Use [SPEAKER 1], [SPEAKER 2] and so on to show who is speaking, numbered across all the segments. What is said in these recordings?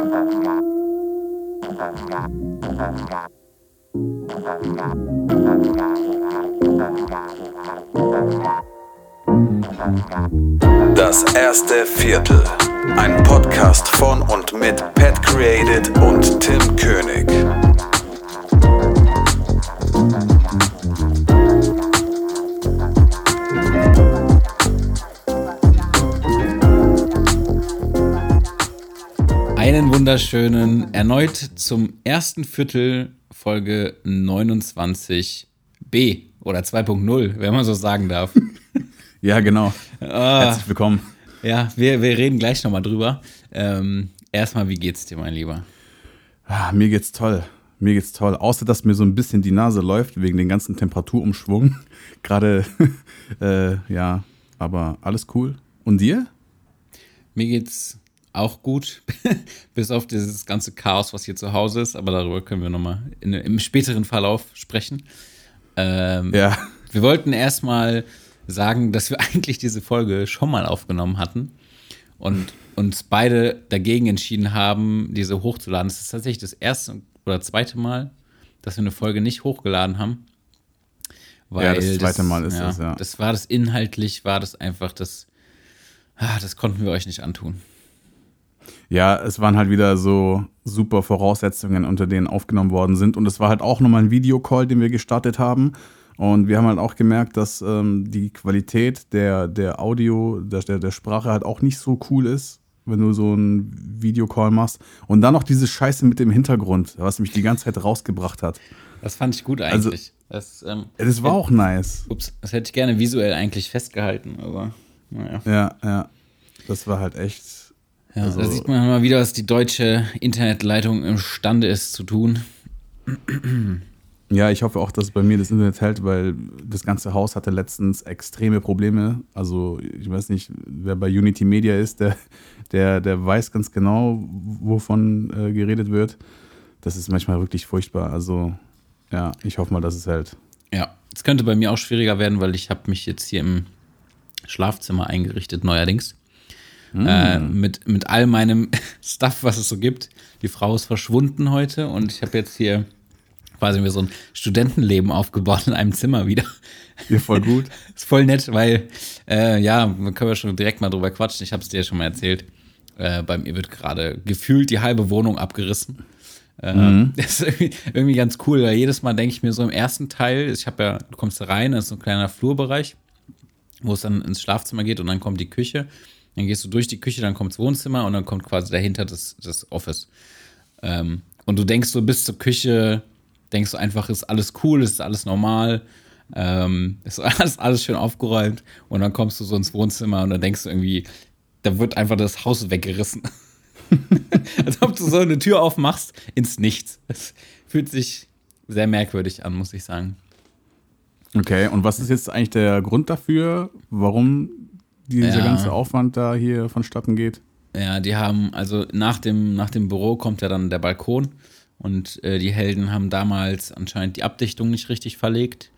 [SPEAKER 1] Das erste Viertel. Ein Podcast von und mit Pat Created und Tim König.
[SPEAKER 2] Einen wunderschönen, erneut zum ersten Viertel Folge 29b oder 2.0, wenn man so sagen darf.
[SPEAKER 3] Ja, genau. Herzlich willkommen.
[SPEAKER 2] Ja, wir reden gleich nochmal drüber. Erstmal, wie geht's dir, mein Lieber?
[SPEAKER 3] Mir geht's toll. Außer, dass mir so ein bisschen die Nase läuft wegen den ganzen Temperaturumschwung. Gerade, ja, aber alles cool. Und dir?
[SPEAKER 2] Mir geht's auch gut, bis auf dieses ganze Chaos, was hier zu Hause ist. Aber darüber können wir nochmal im späteren Verlauf sprechen.
[SPEAKER 3] Ja.
[SPEAKER 2] Wir wollten erstmal sagen, dass wir eigentlich diese Folge schon mal aufgenommen hatten und uns beide dagegen entschieden haben, diese hochzuladen. Das ist tatsächlich das erste oder zweite Mal, dass wir eine Folge nicht hochgeladen haben. Weil
[SPEAKER 3] ja, das zweite Mal ist es, ja.
[SPEAKER 2] Das war das inhaltlich, war das einfach das konnten wir euch nicht antun.
[SPEAKER 3] Ja, es waren halt wieder so super Voraussetzungen, unter denen aufgenommen worden sind. Und es war halt auch nochmal ein Videocall, den wir gestartet haben. Und wir haben halt auch gemerkt, dass die Qualität der Audio, der Sprache halt auch nicht so cool ist, wenn du so einen Videocall machst. Und dann noch diese Scheiße mit dem Hintergrund, was mich die ganze Zeit rausgebracht hat.
[SPEAKER 2] Das fand ich gut eigentlich.
[SPEAKER 3] Also, das war auch nice.
[SPEAKER 2] Das hätte ich gerne visuell eigentlich festgehalten, aber naja.
[SPEAKER 3] Ja. Das war halt echt.
[SPEAKER 2] Ja, da sieht man mal wieder, was die deutsche Internetleitung imstande ist zu tun.
[SPEAKER 3] Ja, ich hoffe auch, dass bei mir das Internet hält, weil das ganze Haus hatte letztens extreme Probleme. Also ich weiß nicht, wer bei Unity Media ist, der weiß ganz genau, wovon geredet wird. Das ist manchmal wirklich furchtbar. Also ja, ich hoffe mal, dass es hält.
[SPEAKER 2] Ja, es könnte bei mir auch schwieriger werden, weil ich habe mich jetzt hier im Schlafzimmer eingerichtet, neuerdings. Mit all meinem Stuff, was es so gibt. Die Frau ist verschwunden heute und ich habe jetzt hier quasi mir so ein Studentenleben aufgebaut in einem Zimmer wieder.
[SPEAKER 3] Ja, voll gut.
[SPEAKER 2] Ist voll nett, weil, wir können ja schon direkt mal drüber quatschen. Ich habe es dir ja schon mal erzählt. Bei mir wird gerade gefühlt die halbe Wohnung abgerissen. Das ist irgendwie ganz cool, weil jedes Mal denke ich mir so im ersten Teil, du kommst da rein, das ist so ein kleiner Flurbereich, wo es dann ins Schlafzimmer geht und dann kommt die Küche. Dann gehst du durch die Küche, dann kommt das Wohnzimmer und dann kommt quasi dahinter das Office. Und du denkst so bis zur Küche, denkst du einfach, ist alles cool, ist alles normal, ist alles schön aufgeräumt und dann kommst du so ins Wohnzimmer und dann denkst du irgendwie, da wird einfach das Haus weggerissen. Als ob du so eine Tür aufmachst, ins Nichts. Das fühlt sich sehr merkwürdig an, muss ich sagen.
[SPEAKER 3] Okay, und was ist jetzt eigentlich der Grund dafür, warum dieser ganze Aufwand da hier vonstatten geht?
[SPEAKER 2] Ja, die haben, also nach dem Büro kommt ja dann der Balkon und die Helden haben damals anscheinend die Abdichtung nicht richtig verlegt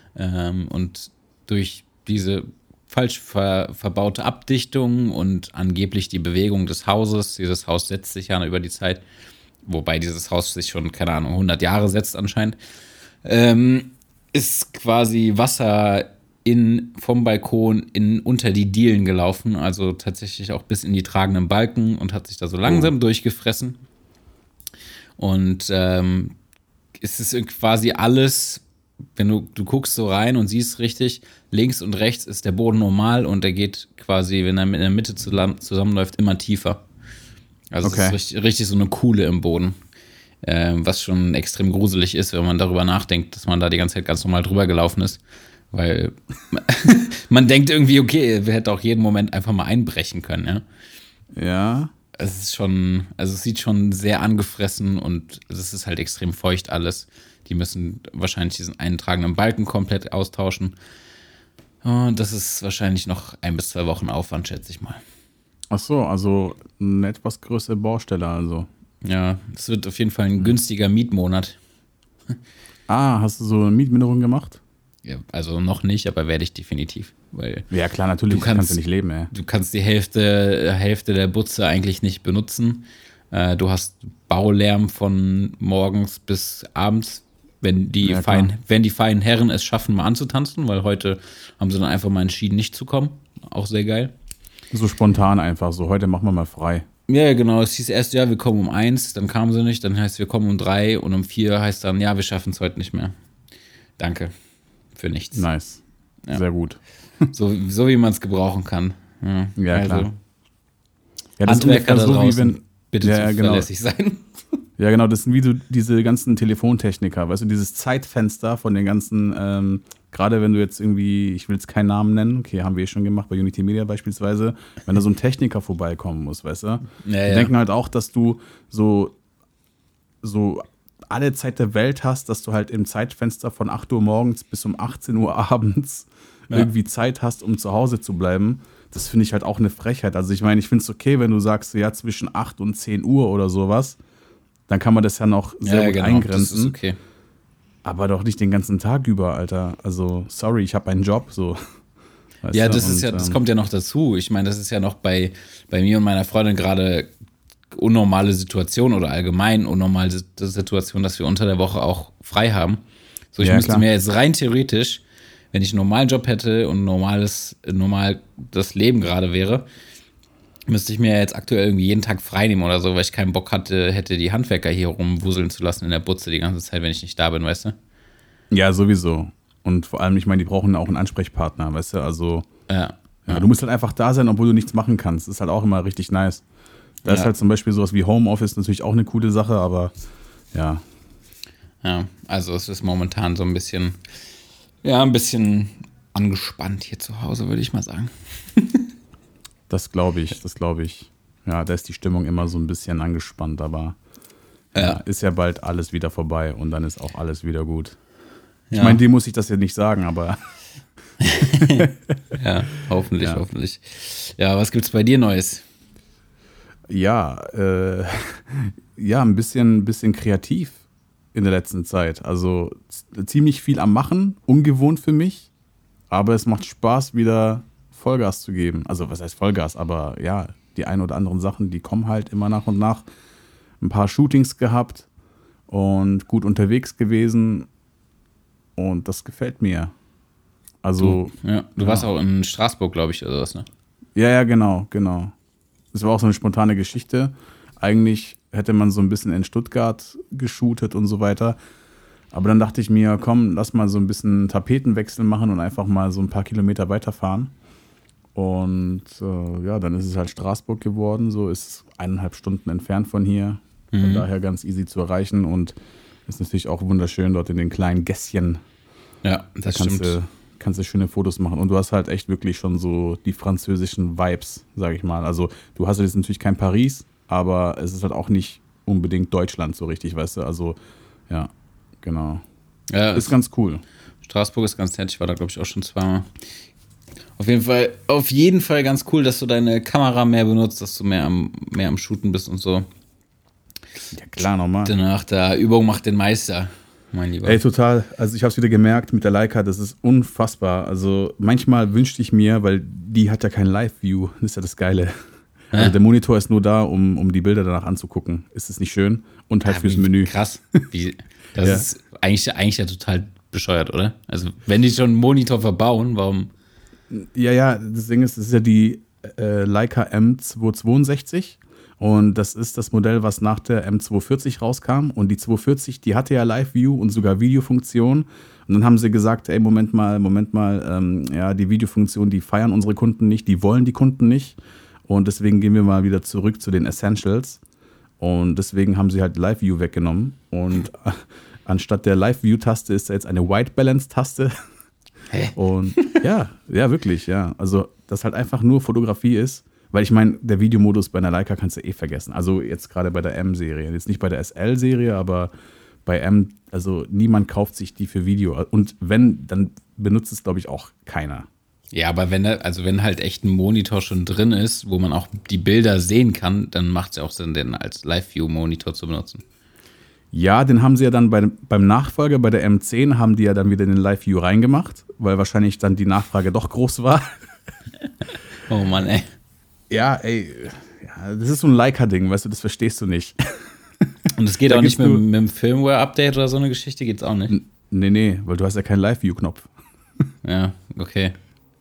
[SPEAKER 2] und durch diese falsch verbaute Abdichtung und angeblich die Bewegung des Hauses, dieses Haus setzt sich ja über die Zeit, wobei dieses Haus sich schon, keine Ahnung, 100 Jahre setzt anscheinend, ist quasi Wasser vom Balkon unter die Dielen gelaufen, also tatsächlich auch bis in die tragenden Balken und hat sich da so langsam durchgefressen. Und es ist quasi alles, wenn du guckst so rein und siehst richtig, links und rechts ist der Boden normal und der geht quasi, wenn er in der Mitte zusammenläuft, immer tiefer. Also es ist richtig so eine Kuhle im Boden, was schon extrem gruselig ist, wenn man darüber nachdenkt, dass man da die ganze Zeit ganz normal drüber gelaufen ist. Weil man denkt irgendwie, okay, wir hätten auch jeden Moment einfach mal einbrechen können, ja.
[SPEAKER 3] Ja.
[SPEAKER 2] Es sieht schon sehr angefressen und es ist halt extrem feucht alles. Die müssen wahrscheinlich diesen eintragenden Balken komplett austauschen. Und das ist wahrscheinlich noch 1 bis 2 Wochen Aufwand, schätze ich mal.
[SPEAKER 3] Ach so, also eine etwas größere Baustelle also.
[SPEAKER 2] Ja, es wird auf jeden Fall ein günstiger Mietmonat.
[SPEAKER 3] Hast du so eine Mietminderung gemacht?
[SPEAKER 2] Ja, also noch nicht, aber werde ich definitiv. Weil
[SPEAKER 3] ja klar, natürlich, kannst du nicht leben, ey.
[SPEAKER 2] Du kannst die Hälfte der Butze eigentlich nicht benutzen. Du hast Baulärm von morgens bis abends, wenn die feinen Herren es schaffen, mal anzutanzen, weil heute haben sie dann einfach mal entschieden, nicht zu kommen. Auch sehr geil.
[SPEAKER 3] So spontan einfach so, heute machen wir mal frei.
[SPEAKER 2] Ja, genau. Es hieß erst, ja, wir kommen um 1, dann kamen sie nicht, dann heißt wir kommen um 3 und um 4 heißt dann, ja, wir schaffen es heute nicht mehr. Danke. Für nichts.
[SPEAKER 3] Nice.
[SPEAKER 2] Ja.
[SPEAKER 3] Sehr gut.
[SPEAKER 2] So wie man es gebrauchen kann.
[SPEAKER 3] Ja,
[SPEAKER 2] also,
[SPEAKER 3] klar. Ja, das
[SPEAKER 2] Handwerker
[SPEAKER 3] ist
[SPEAKER 2] da
[SPEAKER 3] so,
[SPEAKER 2] draußen,
[SPEAKER 3] wie wenn,
[SPEAKER 2] bitte
[SPEAKER 3] ja,
[SPEAKER 2] zuverlässig sein.
[SPEAKER 3] Ja, genau, das sind wie so diese ganzen Telefontechniker, weißt du, dieses Zeitfenster von den ganzen, gerade wenn du jetzt irgendwie, ich will jetzt keinen Namen nennen, okay, haben wir schon gemacht, bei Unity Media beispielsweise, wenn da so ein Techniker vorbeikommen muss, weißt du? Die denken halt auch, dass du so alle Zeit der Welt hast, dass du halt im Zeitfenster von 8 Uhr morgens bis um 18 Uhr abends irgendwie Zeit hast, um zu Hause zu bleiben. Das finde ich halt auch eine Frechheit. Also ich meine, ich finde es okay, wenn du sagst, ja, zwischen 8 und 10 Uhr oder sowas, dann kann man das ja noch sehr gut eingrenzen.
[SPEAKER 2] Das ist okay.
[SPEAKER 3] Aber doch nicht den ganzen Tag über, Alter. Also, sorry, ich habe einen Job, so. Weißt
[SPEAKER 2] Ja,
[SPEAKER 3] du?
[SPEAKER 2] das ist das kommt ja noch dazu. Ich meine, das ist ja noch bei mir und meiner Freundin gerade unnormale Situation oder allgemein unnormale Situation, dass wir unter der Woche auch frei haben. So, ich müsste mir jetzt rein theoretisch, wenn ich einen normalen Job hätte und normal das Leben gerade wäre, müsste ich mir jetzt aktuell irgendwie jeden Tag frei nehmen oder so, weil ich keinen Bock hätte die Handwerker hier rumwuseln zu lassen in der Butze die ganze Zeit, wenn ich nicht da bin, weißt du?
[SPEAKER 3] Ja, sowieso. Und vor allem, ich meine, die brauchen auch einen Ansprechpartner, weißt du? Also,
[SPEAKER 2] ja,
[SPEAKER 3] du musst halt einfach da sein, obwohl du nichts machen kannst. Das ist halt auch immer richtig nice. Da ist halt zum Beispiel sowas wie Homeoffice natürlich auch eine coole Sache, aber ja.
[SPEAKER 2] Ja, also es ist momentan so ein bisschen angespannt hier zu Hause, würde ich mal sagen.
[SPEAKER 3] Das glaube ich. Ja, da ist die Stimmung immer so ein bisschen angespannt, aber ist ja bald alles wieder vorbei und dann ist auch alles wieder gut. Ich meine, dem muss ich das ja nicht sagen, aber
[SPEAKER 2] ja, hoffentlich. Ja, was gibt's bei dir Neues?
[SPEAKER 3] Ja, ein bisschen kreativ in der letzten Zeit. Also ziemlich viel am Machen, ungewohnt für mich, aber es macht Spaß, wieder Vollgas zu geben. Also was heißt Vollgas, aber ja, die ein oder anderen Sachen, die kommen halt immer nach und nach. Ein paar Shootings gehabt und gut unterwegs gewesen und das gefällt mir. Also
[SPEAKER 2] du warst auch in Straßburg, glaube ich, oder was, ne?
[SPEAKER 3] Ja, genau. Das war auch so eine spontane Geschichte. Eigentlich hätte man so ein bisschen in Stuttgart geshootet und so weiter. Aber dann dachte ich mir, komm, lass mal so ein bisschen Tapetenwechsel machen und einfach mal so ein paar Kilometer weiterfahren. Und dann ist es halt Straßburg geworden. So ist 1,5 Stunden entfernt von hier. Von daher ganz easy zu erreichen und ist natürlich auch wunderschön dort in den kleinen Gässchen.
[SPEAKER 2] Ja, das stimmt.
[SPEAKER 3] Kannst du schöne Fotos machen. Und du hast halt echt wirklich schon so die französischen Vibes, sag ich mal. Also du hast jetzt natürlich kein Paris, aber es ist halt auch nicht unbedingt Deutschland so richtig, weißt du? Also, ja, genau.
[SPEAKER 2] Ja,
[SPEAKER 3] ist ganz cool.
[SPEAKER 2] Straßburg ist ganz nett. Ich war da, glaube ich, auch schon zweimal. Auf jeden Fall ganz cool, dass du deine Kamera mehr benutzt, dass du mehr am Shooten bist und so.
[SPEAKER 3] Ja, klar, normal.
[SPEAKER 2] Danach, der Übung macht den Meister, mein Lieber.
[SPEAKER 3] Ey, total. Also ich habe es wieder gemerkt mit der Leica, das ist unfassbar. Also manchmal wünschte ich mir, weil die hat ja kein Live-View, das ist ja das Geile. Also der Monitor ist nur da, um die Bilder danach anzugucken. Ist das nicht schön? Und halt fürs Menü.
[SPEAKER 2] Krass. Das ist eigentlich ja total bescheuert, oder? Also wenn die schon einen Monitor verbauen, warum?
[SPEAKER 3] Ja, das Ding ist, das ist ja die Leica M262 und das ist das Modell, was nach der M240 rauskam und die 240, die hatte ja Live-View und sogar Videofunktion und dann haben sie gesagt, ey, Moment mal, die Videofunktion, die feiern unsere Kunden nicht, die wollen die Kunden nicht und deswegen gehen wir mal wieder zurück zu den Essentials und deswegen haben sie halt Live-View weggenommen und anstatt der Live-View-Taste ist da jetzt eine White-Balance-Taste. Und ja, wirklich, ja. Also, das halt einfach nur Fotografie ist, weil ich meine, der Videomodus bei einer Leica kannst du vergessen. Also jetzt gerade bei der M-Serie, jetzt nicht bei der SL-Serie, aber bei M, also niemand kauft sich die für Video. Und wenn, dann benutzt es, glaube ich, auch keiner.
[SPEAKER 2] Ja, aber wenn halt echt ein Monitor schon drin ist, wo man auch die Bilder sehen kann, dann macht es ja auch Sinn, den als Live-View-Monitor zu benutzen.
[SPEAKER 3] Ja, den haben sie ja dann beim Nachfolger, bei der M10, haben die ja dann wieder den Live-View reingemacht, weil wahrscheinlich dann die Nachfrage doch groß war.
[SPEAKER 2] Oh Mann, ey.
[SPEAKER 3] Ja, ey, Ja, das ist so ein Leica-Ding, weißt du, das verstehst du nicht.
[SPEAKER 2] Und es geht auch nicht mit dem Firmware-Update oder so eine Geschichte, geht's auch nicht?
[SPEAKER 3] Nee, weil du hast ja keinen Live-View-Knopf.
[SPEAKER 2] Ja, okay.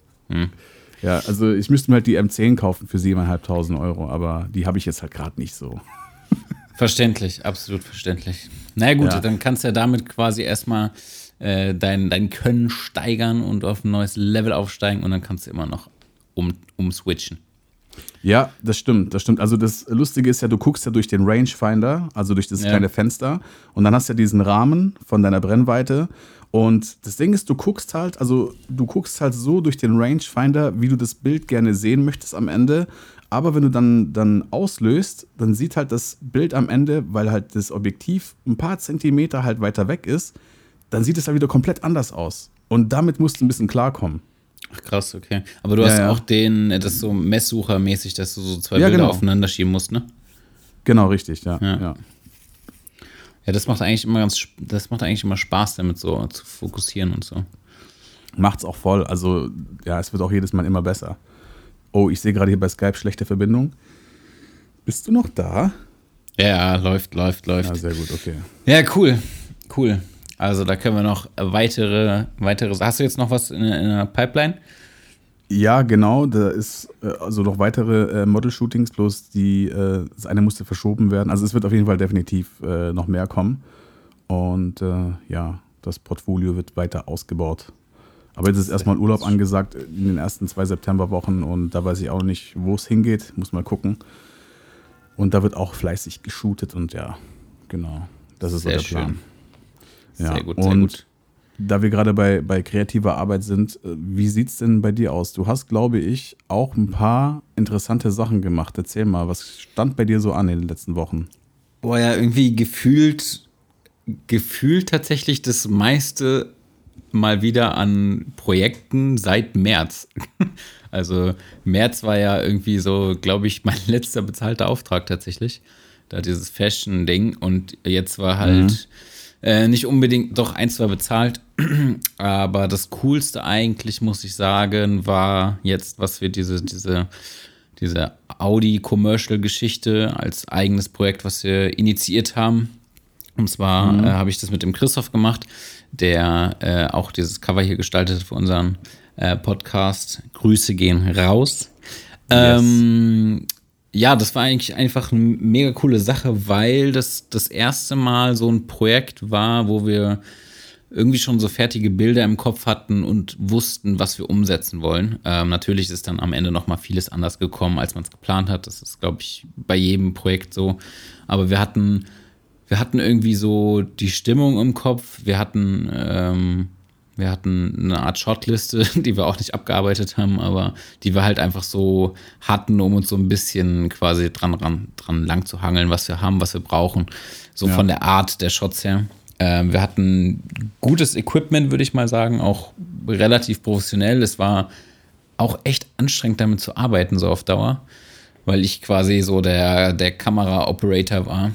[SPEAKER 3] Ja, also ich müsste mir halt die M10 kaufen für 7.500 €, aber die habe ich jetzt halt gerade nicht so.
[SPEAKER 2] Verständlich, absolut verständlich. Na gut,
[SPEAKER 3] Ja.
[SPEAKER 2] dann kannst du ja damit quasi erstmal dein Können steigern und auf ein neues Level aufsteigen und dann kannst du immer noch umswitchen.
[SPEAKER 3] Ja, das stimmt. Also das Lustige ist ja, du guckst ja durch den Rangefinder, also durch das kleine Fenster und dann hast du ja diesen Rahmen von deiner Brennweite und das Ding ist, du guckst halt so durch den Rangefinder, wie du das Bild gerne sehen möchtest am Ende, aber wenn du dann auslöst, dann sieht halt das Bild am Ende, weil halt das Objektiv ein paar Zentimeter halt weiter weg ist, dann sieht es halt wieder komplett anders aus und damit musst du ein bisschen klarkommen.
[SPEAKER 2] Ach krass, okay. Aber du hast auch das ist so Messsuchermäßig, dass du so zwei Bilder aufeinander schieben musst, ne?
[SPEAKER 3] Genau, richtig, ja.
[SPEAKER 2] Ja, das macht eigentlich immer Spaß, damit so zu fokussieren und so.
[SPEAKER 3] Macht's auch voll. Also, ja, es wird auch jedes Mal immer besser. Oh, ich sehe gerade hier bei Skype schlechte Verbindung. Bist du noch da?
[SPEAKER 2] Ja, läuft.
[SPEAKER 3] Ja, sehr gut, okay.
[SPEAKER 2] Ja, cool. Also da können wir noch weitere. Hast du jetzt noch was in der Pipeline?
[SPEAKER 3] Ja, genau. Da ist also noch weitere Model-Shootings, bloß das eine musste verschoben werden. Also es wird auf jeden Fall definitiv noch mehr kommen. Und das Portfolio wird weiter ausgebaut. Aber jetzt ist erstmal Urlaub angesagt in den ersten 2 Septemberwochen und da weiß ich auch nicht, wo es hingeht. Muss mal gucken. Und da wird auch fleißig geshootet und ja, genau. Das ist so der Plan. Ja,
[SPEAKER 2] sehr gut.
[SPEAKER 3] Und da wir gerade bei kreativer Arbeit sind, wie sieht's denn bei dir aus? Du hast, glaube ich, auch ein paar interessante Sachen gemacht. Erzähl mal, was stand bei dir so an in den letzten Wochen?
[SPEAKER 2] Boah, ja, irgendwie gefühlt tatsächlich das meiste mal wieder an Projekten seit März. Also März war ja irgendwie so, glaube ich, mein letzter bezahlter Auftrag tatsächlich. Da dieses Fashion-Ding und jetzt war halt nicht unbedingt, doch 1, 2 bezahlt, aber das Coolste eigentlich, muss ich sagen, war jetzt, was wir diese Audi-Commercial-Geschichte als eigenes Projekt, was wir initiiert haben. Und zwar habe ich das mit dem Christoph gemacht, der auch dieses Cover hier gestaltet hat für unseren Podcast. Grüße gehen raus. Yes. Ja, das war eigentlich einfach eine mega coole Sache, weil das erste Mal so ein Projekt war, wo wir irgendwie schon so fertige Bilder im Kopf hatten und wussten, was wir umsetzen wollen. Natürlich ist dann am Ende noch mal vieles anders gekommen, als man es geplant hat. Das ist, glaube ich, bei jedem Projekt so. Aber wir hatten irgendwie so die Stimmung im Kopf. Wir hatten eine Art Shotliste, die wir auch nicht abgearbeitet haben, aber die wir halt einfach so hatten, um uns so ein bisschen quasi dran lang zu hangeln, was wir haben, was wir brauchen. So von der Art der Shots her. Wir hatten gutes Equipment, würde ich mal sagen, auch relativ professionell. Es war auch echt anstrengend, damit zu arbeiten, so auf Dauer, weil ich quasi so der Kamera-Operator war.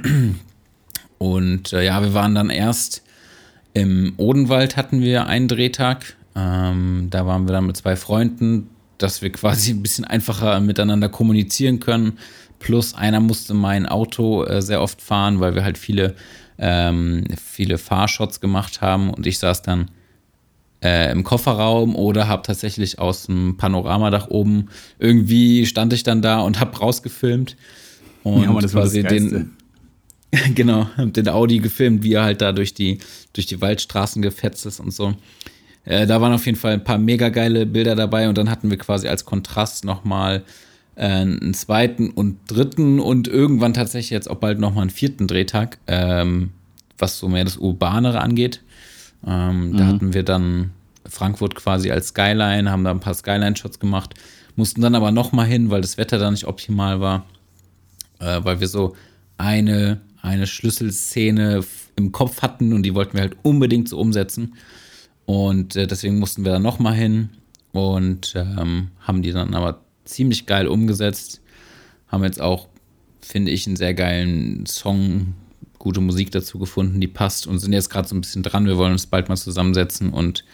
[SPEAKER 2] Und wir waren dann erst im Odenwald, hatten wir einen Drehtag. Da waren wir dann mit 2 Freunden, dass wir quasi ein bisschen einfacher miteinander kommunizieren können. Plus einer musste mein Auto sehr oft fahren, weil wir halt viele Fahrshots gemacht haben. Und ich saß dann im Kofferraum oder habe tatsächlich aus dem Panoramadach oben, irgendwie stand ich dann da und habe rausgefilmt. Und
[SPEAKER 3] das quasi war das
[SPEAKER 2] Genau, den Audi gefilmt, wie er halt da durch die Waldstraßen gefetzt ist und so. Da waren auf jeden Fall ein paar mega geile Bilder dabei und dann hatten wir quasi als Kontrast nochmal einen 2. und 3. und irgendwann tatsächlich jetzt auch bald nochmal einen 4. Drehtag, was so mehr das Urbanere angeht. Da hatten wir dann Frankfurt quasi als Skyline, haben da ein paar Skyline-Shots gemacht, mussten dann aber nochmal hin, weil das Wetter da nicht optimal war, weil wir so eine Schlüsselszene im Kopf hatten und die wollten wir halt unbedingt so umsetzen. Und deswegen mussten wir da nochmal hin und haben die dann aber ziemlich geil umgesetzt. Haben jetzt auch, finde ich, einen sehr geilen Song, gute Musik dazu gefunden, die passt und sind jetzt gerade so ein bisschen dran. Wir wollen uns bald mal zusammensetzen und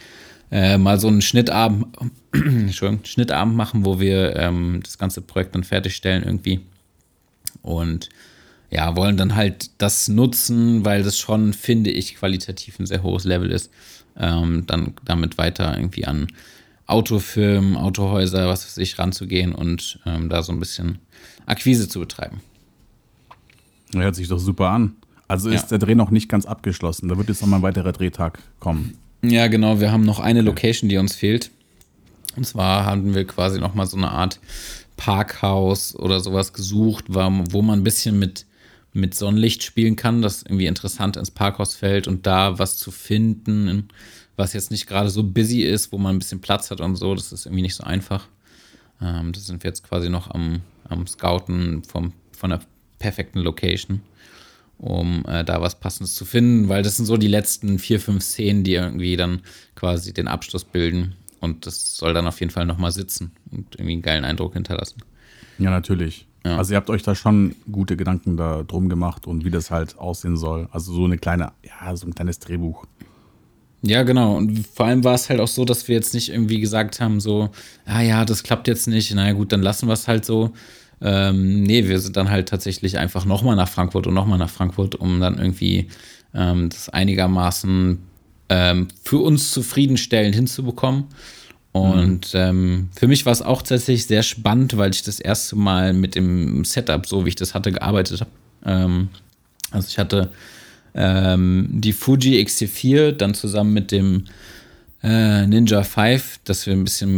[SPEAKER 2] mal so einen Schnittabend, Schnittabend machen, wo wir das ganze Projekt dann fertigstellen irgendwie. Und ja, wollen dann halt das nutzen, weil das schon, finde ich, qualitativ ein sehr hohes Level ist, dann damit weiter irgendwie an Autofirmen, Autohäuser, was weiß ich, ranzugehen und da so ein bisschen Akquise zu betreiben.
[SPEAKER 3] Hört sich doch super an. Also ist der Dreh noch nicht ganz abgeschlossen. Da wird jetzt nochmal ein weiterer Drehtag kommen.
[SPEAKER 2] Ja, genau. Wir haben noch eine Location, die uns fehlt. Und zwar haben wir quasi nochmal so eine Art Parkhaus oder sowas gesucht, wo man ein bisschen mit Sonnenlicht spielen kann, das irgendwie interessant ins Parkhaus fällt und da was zu finden, was jetzt nicht gerade so busy ist, wo man ein bisschen Platz hat und so, das ist irgendwie nicht so einfach. Da sind wir jetzt quasi noch am Scouten von der perfekten Location, um da was Passendes zu finden, weil das sind so die letzten 4, 5 Szenen, die irgendwie dann quasi den Abschluss bilden und das soll dann auf jeden Fall nochmal sitzen und irgendwie einen geilen Eindruck hinterlassen.
[SPEAKER 3] Ja, natürlich. Ja. Also ihr habt euch da schon gute Gedanken da drum gemacht und wie das halt aussehen soll. Also so ein kleines Drehbuch.
[SPEAKER 2] Ja, genau. Und vor allem war es halt auch so, dass wir jetzt nicht irgendwie gesagt haben, so, das klappt jetzt nicht, naja gut, dann lassen wir es halt so. Nee, wir sind dann halt tatsächlich einfach nochmal nach Frankfurt, um dann irgendwie das einigermaßen für uns zufriedenstellend hinzubekommen. Und für mich war es auch tatsächlich sehr spannend, weil ich das erste Mal mit dem Setup, so wie ich das hatte, gearbeitet habe. Also ich hatte die Fuji X-T4 dann zusammen mit dem Ninja 5, dass wir ein bisschen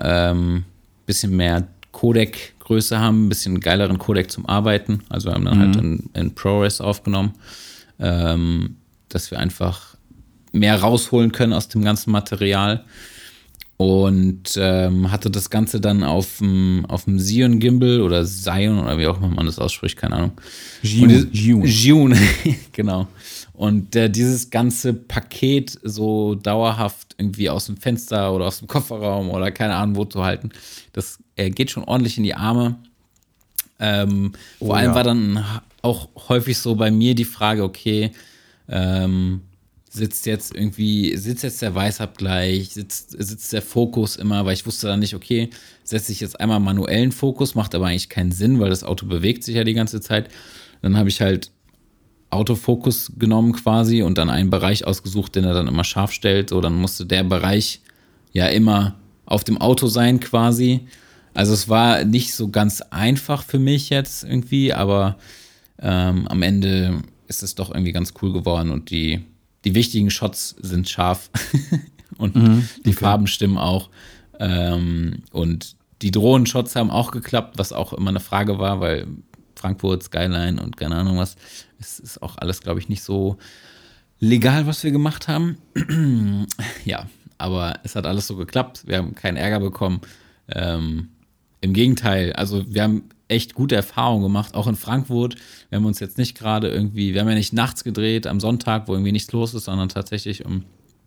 [SPEAKER 2] mehr Codec-Größe haben, ein bisschen geileren Codec zum Arbeiten. Also wir haben dann halt in ProRes aufgenommen, dass wir einfach mehr rausholen können aus dem ganzen Material. Und hatte das Ganze dann auf dem Xeon Gimbal oder Xeon oder wie auch immer man das ausspricht, keine Ahnung. Xeon, genau. Und dieses ganze Paket so dauerhaft irgendwie aus dem Fenster oder aus dem Kofferraum oder keine Ahnung wo zu halten, das geht schon ordentlich in die Arme. Vor allem war dann auch häufig so bei mir die Frage, okay, sitzt jetzt der Weißabgleich, sitzt der Fokus immer, weil ich wusste dann nicht, okay, setze ich jetzt einmal manuellen Fokus, macht aber eigentlich keinen Sinn, weil das Auto bewegt sich ja die ganze Zeit. Dann habe ich halt Autofokus genommen quasi und dann einen Bereich ausgesucht, den er dann immer scharf stellt. So, dann musste der Bereich ja immer auf dem Auto sein quasi. Also es war nicht so ganz einfach für mich jetzt irgendwie, aber am Ende ist es doch irgendwie ganz cool geworden und die wichtigen Shots sind scharf und die Farben stimmen auch. Und die Drohnenshots haben auch geklappt, was auch immer eine Frage war, weil Frankfurt, Skyline und keine Ahnung was, es ist auch alles, glaube ich, nicht so legal, was wir gemacht haben. Ja, aber es hat alles so geklappt. Wir haben keinen Ärger bekommen. Im Gegenteil, also wir haben echt gute Erfahrungen gemacht, auch in Frankfurt. Wir haben uns jetzt nicht gerade wir haben ja nicht nachts gedreht am Sonntag, wo irgendwie nichts los ist, sondern tatsächlich um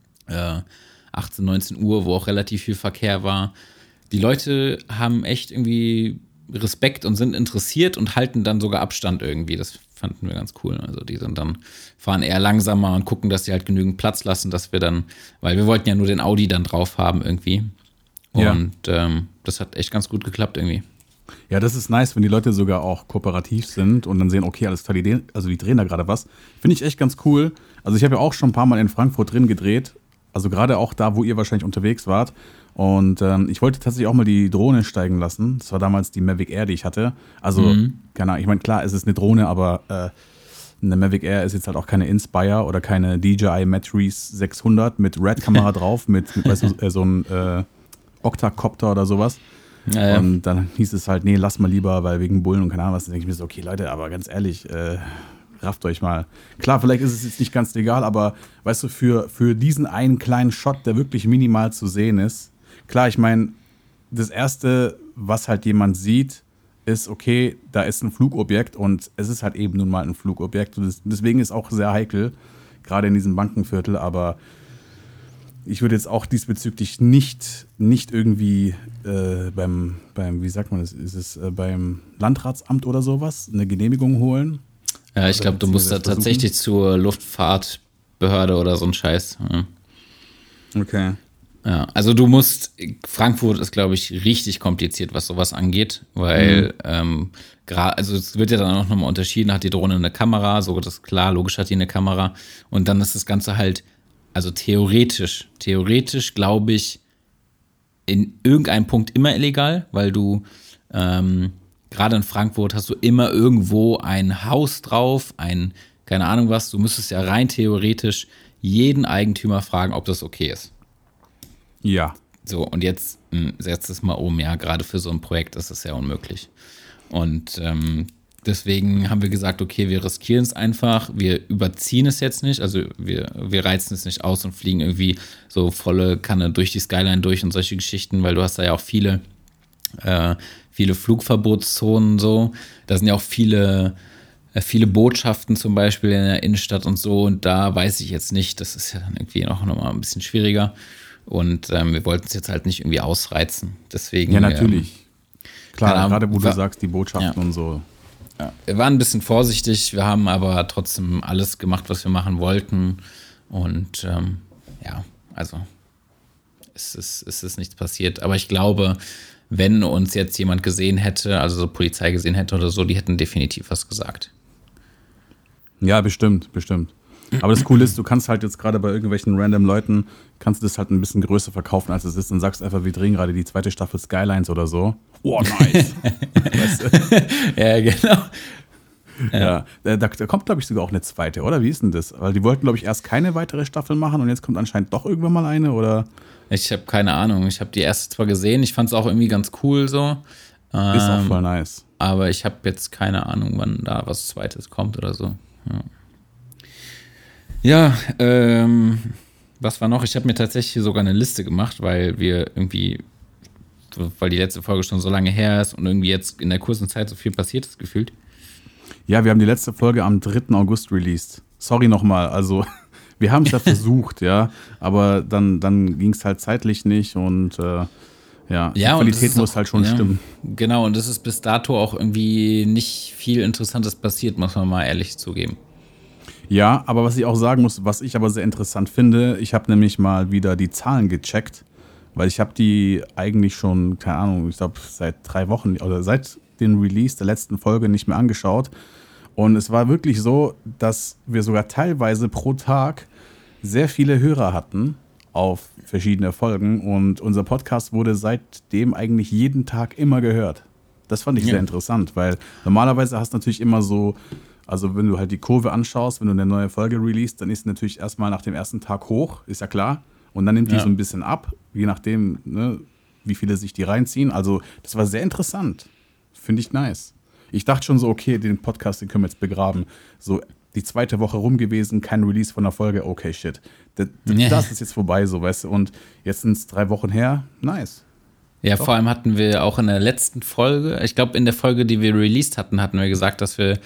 [SPEAKER 2] 18, 19 Uhr, wo auch relativ viel Verkehr war. Die Leute haben echt irgendwie Respekt und sind interessiert und halten dann sogar Abstand irgendwie. Das fanden wir ganz cool. Also die fahren eher langsamer und gucken, dass sie halt genügend Platz lassen, dass wir dann, weil wir wollten ja nur den Audi dann drauf haben irgendwie. Und das hat echt ganz gut geklappt irgendwie.
[SPEAKER 3] Ja, das ist nice, wenn die Leute sogar auch kooperativ sind und dann sehen, okay, alles toll, die drehen da gerade was. Finde ich echt ganz cool. Also ich habe ja auch schon ein paar Mal in Frankfurt drin gedreht. Also gerade auch da, wo ihr wahrscheinlich unterwegs wart. Und ich wollte tatsächlich auch mal die Drohne steigen lassen. Das war damals die Mavic Air, die ich hatte. Also, keine Ahnung, ich meine, klar, es ist eine Drohne, aber eine Mavic Air ist jetzt halt auch keine Inspire oder keine DJI Matrice 600 mit Red-Kamera drauf, mit weißt du, so ein Octacopter oder sowas. Ja. Und dann hieß es halt, nee, lass mal lieber, weil wegen Bullen und keine Ahnung was. Dann denke ich mir so, okay, Leute, aber ganz ehrlich, rafft euch mal. Klar, vielleicht ist es jetzt nicht ganz legal, aber weißt du, für diesen einen kleinen Shot, der wirklich minimal zu sehen ist, klar, ich meine, das Erste, was halt jemand sieht, ist, okay, da ist ein Flugobjekt und es ist halt eben nun mal ein Flugobjekt. Und deswegen ist auch sehr heikel, gerade in diesem Bankenviertel, aber ich würde jetzt auch diesbezüglich nicht irgendwie beim, wie sagt man das, ist es beim Landratsamt oder sowas, eine Genehmigung holen.
[SPEAKER 2] Ja, ich glaube, du musst da tatsächlich zur Luftfahrtbehörde oder so ein Scheiß. Ja.
[SPEAKER 3] Okay.
[SPEAKER 2] Ja, also Frankfurt ist, glaube ich, richtig kompliziert, was sowas angeht, weil also es wird ja dann auch nochmal unterschieden, hat die Drohne eine Kamera, so das ist klar, logisch hat die eine Kamera und dann ist das Ganze halt, also theoretisch glaube ich, in irgendeinem Punkt immer illegal, weil du gerade in Frankfurt hast du immer irgendwo ein Haus drauf, keine Ahnung was, du müsstest ja rein theoretisch jeden Eigentümer fragen, ob das okay ist.
[SPEAKER 3] Ja.
[SPEAKER 2] So, und jetzt setzt es mal um, ja, gerade für so ein Projekt ist es ja unmöglich. Und deswegen haben wir gesagt, okay, wir riskieren es einfach, wir überziehen es jetzt nicht, also wir reizen es nicht aus und fliegen irgendwie so volle Kanne durch die Skyline durch und solche Geschichten, weil du hast da ja auch viele Flugverbotszonen so, da sind ja auch viele Botschaften zum Beispiel in der Innenstadt und so und da weiß ich jetzt nicht, das ist ja dann irgendwie auch nochmal ein bisschen schwieriger. Und wir wollten es jetzt halt nicht irgendwie ausreizen. Deswegen.
[SPEAKER 3] Ja, natürlich. Klar, gerade wo du
[SPEAKER 2] war,
[SPEAKER 3] sagst, die Botschaften und so.
[SPEAKER 2] Ja, wir waren ein bisschen vorsichtig, wir haben aber trotzdem alles gemacht, was wir machen wollten. Und ja, also es ist nichts passiert. Aber ich glaube, wenn uns jetzt jemand gesehen hätte, also so Polizei gesehen hätte oder so, die hätten definitiv was gesagt.
[SPEAKER 3] Ja, bestimmt. Aber das Coole ist, du kannst halt jetzt gerade bei irgendwelchen random Leuten, kannst du das halt ein bisschen größer verkaufen, als es ist und sagst einfach, wir drehen gerade die 2. Staffel Skylines oder so. Oh, nice. Weißt du?
[SPEAKER 2] Ja, genau.
[SPEAKER 3] Ja, da kommt, glaube ich, sogar auch eine 2., oder? Wie ist denn das? Weil die wollten, glaube ich, erst keine weitere Staffel machen und jetzt kommt anscheinend doch irgendwann mal eine, oder?
[SPEAKER 2] Ich habe keine Ahnung. Ich habe die erste zwar gesehen, ich fand es auch irgendwie ganz cool so.
[SPEAKER 3] Ist auch voll nice.
[SPEAKER 2] Aber ich habe jetzt keine Ahnung, wann da was Zweites kommt oder so. Ja, was war noch? Ich habe mir tatsächlich sogar eine Liste gemacht, weil die letzte Folge schon so lange her ist und irgendwie jetzt in der kurzen Zeit so viel passiert ist, gefühlt.
[SPEAKER 3] Ja, wir haben die letzte Folge am 3. August released. Sorry nochmal, also wir haben es ja versucht, ja, aber dann ging es halt zeitlich nicht und die Qualität muss halt schon stimmen.
[SPEAKER 2] Genau, und es ist bis dato auch irgendwie nicht viel Interessantes passiert, muss man mal ehrlich zugeben.
[SPEAKER 3] Ja, aber was ich auch sagen muss, was ich aber sehr interessant finde, ich habe nämlich mal wieder die Zahlen gecheckt, weil ich habe die eigentlich schon, keine Ahnung, ich glaube seit 3 Wochen oder seit dem Release der letzten Folge nicht mehr angeschaut. Und es war wirklich so, dass wir sogar teilweise pro Tag sehr viele Hörer hatten auf verschiedene Folgen und unser Podcast wurde seitdem eigentlich jeden Tag immer gehört. Das fand ich sehr interessant, weil normalerweise hast du natürlich immer so, also wenn du halt die Kurve anschaust, wenn du eine neue Folge releast, dann ist sie natürlich erstmal nach dem ersten Tag hoch, ist ja klar. Und dann nimmt die so ein bisschen ab, je nachdem, ne, wie viele sich die reinziehen. Also das war sehr interessant. Finde ich nice. Ich dachte schon so, okay, den Podcast, den können wir jetzt begraben. So die 2. Woche rum gewesen, kein Release von der Folge, okay, shit. Das ist jetzt vorbei, so, weißt du. Und jetzt sind es 3 Wochen her, nice.
[SPEAKER 2] Ja, vor allem hatten wir auch in der letzten Folge, ich glaube in der Folge, die wir released hatten wir gesagt, dass wir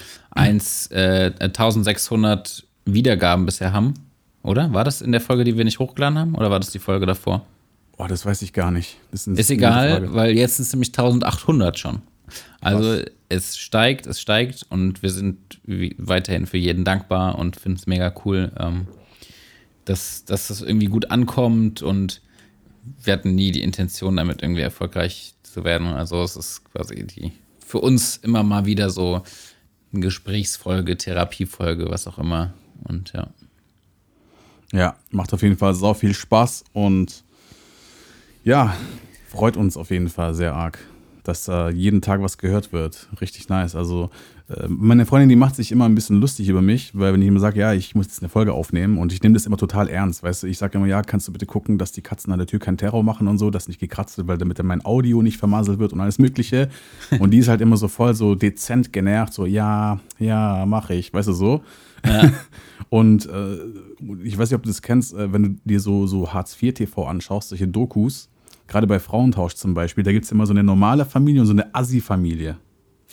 [SPEAKER 2] 1600 Wiedergaben bisher haben, oder? War das in der Folge, die wir nicht hochgeladen haben, oder war das die Folge davor?
[SPEAKER 3] Oh, das weiß ich gar nicht.
[SPEAKER 2] Ist egal, weil jetzt sind es nämlich 1800 schon. Also es steigt und wir sind weiterhin für jeden dankbar und finden es mega cool, dass das irgendwie gut ankommt und wir hatten nie die Intention, damit irgendwie erfolgreich zu werden. Also es ist quasi für uns immer mal wieder so eine Gesprächsfolge, Therapiefolge, was auch immer. Und ja.
[SPEAKER 3] Ja, macht auf jeden Fall sau viel Spaß und ja, freut uns auf jeden Fall sehr arg, dass jeden Tag was gehört wird. Richtig nice. Also meine Freundin, die macht sich immer ein bisschen lustig über mich, weil wenn ich immer sage, ja, ich muss jetzt eine Folge aufnehmen und ich nehme das immer total ernst, weißt du, ich sage immer, ja, kannst du bitte gucken, dass die Katzen an der Tür keinen Terror machen und so, dass nicht gekratzt wird, weil damit mein Audio nicht vermaselt wird und alles mögliche. Und die ist halt immer so voll so dezent genervt, so, ja, mache ich, weißt du, so. Ja. Und ich weiß nicht, ob du das kennst, wenn du dir so Hartz-IV-TV anschaust, solche Dokus, gerade bei Frauentausch zum Beispiel, da gibt es immer so eine normale Familie und so eine Assi-Familie.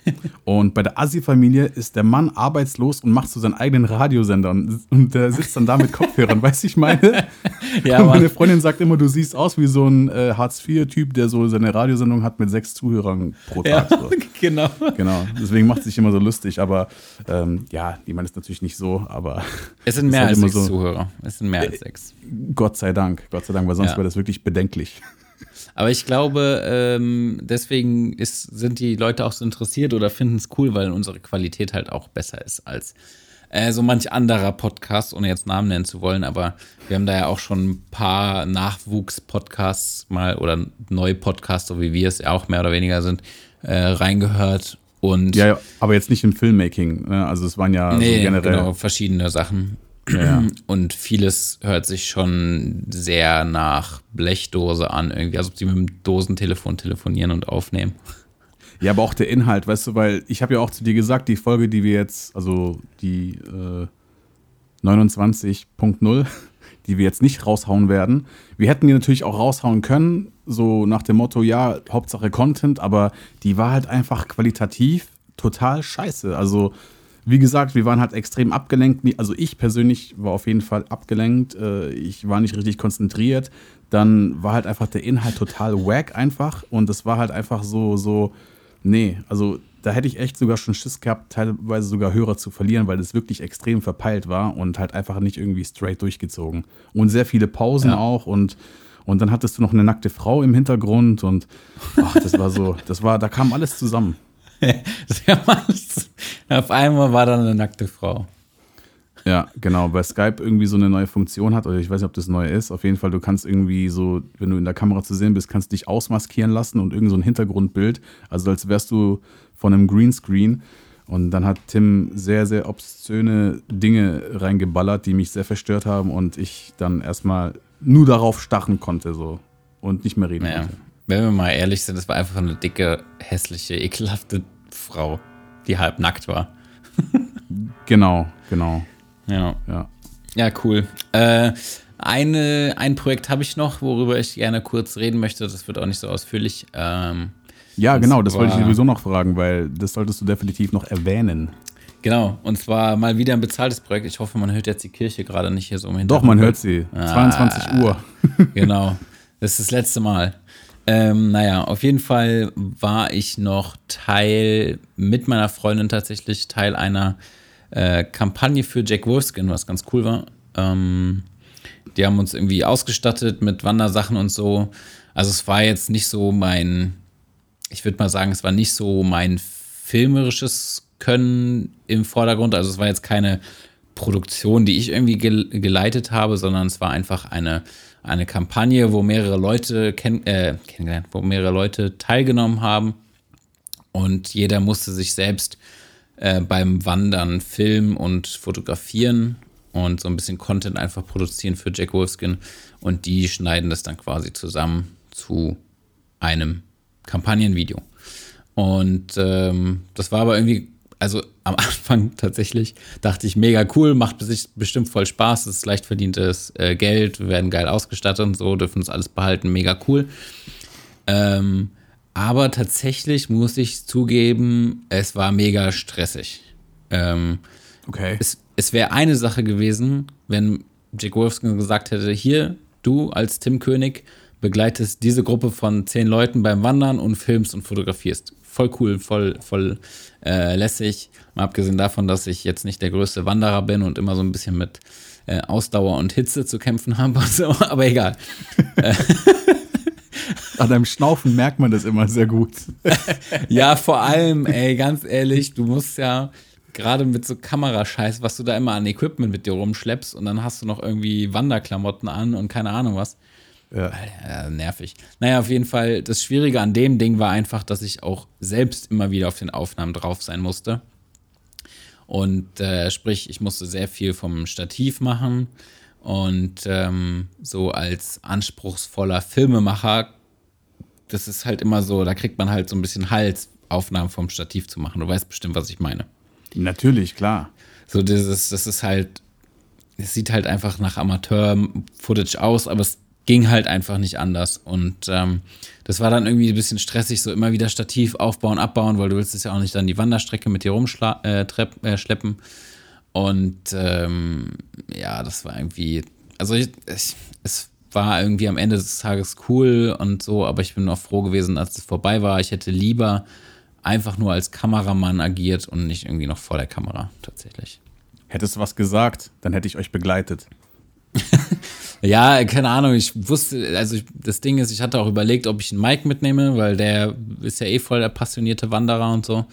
[SPEAKER 3] Und bei der Assi-Familie ist der Mann arbeitslos und macht so seinen eigenen Radiosender und der sitzt dann da mit Kopfhörern, weißt du, ich meine?
[SPEAKER 2] Ja,
[SPEAKER 3] und meine Freundin sagt immer, du siehst aus wie so ein Hartz-IV-Typ, der so seine Radiosendung hat mit 6 Zuhörern pro Tag.
[SPEAKER 2] Ja,
[SPEAKER 3] So.
[SPEAKER 2] genau.
[SPEAKER 3] Genau, deswegen macht es sich immer so lustig, aber ja, die meinen es natürlich nicht so, aber
[SPEAKER 2] Es sind mehr
[SPEAKER 3] halt
[SPEAKER 2] als
[SPEAKER 3] immer
[SPEAKER 2] 6 Zuhörer. Es sind mehr als 6.
[SPEAKER 3] Gott sei Dank, weil sonst wäre das wirklich bedenklich.
[SPEAKER 2] Aber ich glaube, deswegen sind die Leute auch so interessiert oder finden es cool, weil unsere Qualität halt auch besser ist als so manch anderer Podcast, ohne jetzt Namen nennen zu wollen. Aber wir haben da ja auch schon ein paar Nachwuchs-Podcasts mal oder neue Podcasts, so wie wir es ja auch mehr oder weniger sind, reingehört. Und
[SPEAKER 3] Ja, aber jetzt nicht im Filmmaking, ne? Also es waren ja so generell.
[SPEAKER 2] genau, verschiedene Sachen.
[SPEAKER 3] Ja.
[SPEAKER 2] Und vieles hört sich schon sehr nach Blechdose an, irgendwie, als ob sie mit dem Dosentelefon telefonieren und aufnehmen.
[SPEAKER 3] Ja, aber auch der Inhalt, weißt du, weil ich habe ja auch zu dir gesagt, die Folge, die wir jetzt, also die 29.0, die wir jetzt nicht raushauen werden, wir hätten die natürlich auch raushauen können, so nach dem Motto, ja, Hauptsache Content, aber die war halt einfach qualitativ total scheiße. Also wie gesagt, wir waren halt extrem abgelenkt. Also ich persönlich war auf jeden Fall abgelenkt. Ich war nicht richtig konzentriert. Dann war halt einfach der Inhalt total wack einfach. Und das war halt einfach so, nee, also da hätte ich echt sogar schon Schiss gehabt, teilweise sogar Hörer zu verlieren, weil das wirklich extrem verpeilt war und halt einfach nicht irgendwie straight durchgezogen. Und sehr viele Pausen auch und dann hattest du noch eine nackte Frau im Hintergrund und ach, da kam alles zusammen.
[SPEAKER 2] Auf einmal war da eine nackte Frau.
[SPEAKER 3] Ja, genau, weil Skype irgendwie so eine neue Funktion hat, oder ich weiß nicht, ob das neu ist. Auf jeden Fall, du kannst irgendwie so, wenn du in der Kamera zu sehen bist, kannst du dich ausmaskieren lassen und irgend so ein Hintergrundbild, also als wärst du von einem Greenscreen. Und dann hat Tim sehr, sehr obszöne Dinge reingeballert, die mich sehr verstört haben und ich dann erstmal nur darauf starren konnte so und nicht mehr reden konnte.
[SPEAKER 2] Wenn wir mal ehrlich sind, das war einfach eine dicke, hässliche, ekelhafte Frau, die halb nackt war.
[SPEAKER 3] Genau.
[SPEAKER 2] Ja, cool. Ein Projekt habe ich noch, worüber ich gerne kurz reden möchte. Das wird auch nicht so ausführlich.
[SPEAKER 3] Ja, genau, das wollte ich sowieso noch fragen, weil das solltest du definitiv noch erwähnen.
[SPEAKER 2] Genau, und zwar mal wieder ein bezahltes Projekt. Ich hoffe, man hört jetzt die Kirche gerade nicht hier so im Hintergrund.
[SPEAKER 3] Doch, man hört sie. 22 Uhr.
[SPEAKER 2] Genau, das ist das letzte Mal. Naja, auf jeden Fall war ich noch mit meiner Freundin tatsächlich Teil einer Kampagne für Jack Wolfskin, was ganz cool war. Die haben uns irgendwie ausgestattet mit Wandersachen und so. Also es war jetzt nicht so ich würde mal sagen, es war nicht so mein filmerisches Können im Vordergrund. Also es war jetzt keine Produktion, die ich irgendwie geleitet habe, sondern es war einfach eine Kampagne, wo mehrere Leute kennengelernt, wo mehrere Leute teilgenommen haben und jeder musste sich selbst beim Wandern filmen und fotografieren und so ein bisschen Content einfach produzieren für Jack Wolfskin und die schneiden das dann quasi zusammen zu einem Kampagnenvideo. Und das war aber irgendwie, also am Anfang tatsächlich dachte ich, mega cool, macht bestimmt voll Spaß, es ist leicht verdientes Geld, wir werden geil ausgestattet und so, dürfen das alles behalten, mega cool. Aber tatsächlich muss ich zugeben, es war mega stressig.
[SPEAKER 3] Okay.
[SPEAKER 2] Es wäre eine Sache gewesen, wenn Jack Wolfskin gesagt hätte, hier, du als Tim König begleitest diese Gruppe von 10 Leuten beim Wandern und filmst und fotografierst. Voll cool, voll lässig. Mal abgesehen davon, dass ich jetzt nicht der größte Wanderer bin und immer so ein bisschen mit Ausdauer und Hitze zu kämpfen habe. So, aber egal.
[SPEAKER 3] An deinem Schnaufen merkt man das immer sehr gut.
[SPEAKER 2] Ja, vor allem, ey, ganz ehrlich, du musst ja gerade mit so Kamerascheiß, was du da immer an Equipment mit dir rumschleppst und dann hast du noch irgendwie Wanderklamotten an und keine Ahnung was.
[SPEAKER 3] Ja.
[SPEAKER 2] Nervig. Naja, auf jeden Fall, das Schwierige an dem Ding war einfach, dass ich auch selbst immer wieder auf den Aufnahmen drauf sein musste. Und sprich, ich musste sehr viel vom Stativ machen und so als anspruchsvoller Filmemacher, das ist halt immer so, da kriegt man halt so ein bisschen Hals, Aufnahmen vom Stativ zu machen. Du weißt bestimmt, was ich meine.
[SPEAKER 3] Natürlich, klar.
[SPEAKER 2] So das ist halt, es sieht halt einfach nach Amateur-Footage aus, aber es ging halt einfach nicht anders. Und das war dann irgendwie ein bisschen stressig, so immer wieder Stativ aufbauen, abbauen, weil du willst es ja auch nicht dann die Wanderstrecke mit dir rumschleppen. Und ja, das war irgendwie, also es war irgendwie am Ende des Tages cool und so, aber ich bin auch froh gewesen, als es vorbei war. Ich hätte lieber einfach nur als Kameramann agiert und nicht irgendwie noch vor der Kamera, tatsächlich.
[SPEAKER 3] Hättest du was gesagt, dann hätte ich euch begleitet.
[SPEAKER 2] Ja, keine Ahnung, ich wusste, also das Ding ist, ich hatte auch überlegt, ob ich einen Mike mitnehme, weil der ist ja eh voll der passionierte Wanderer und so.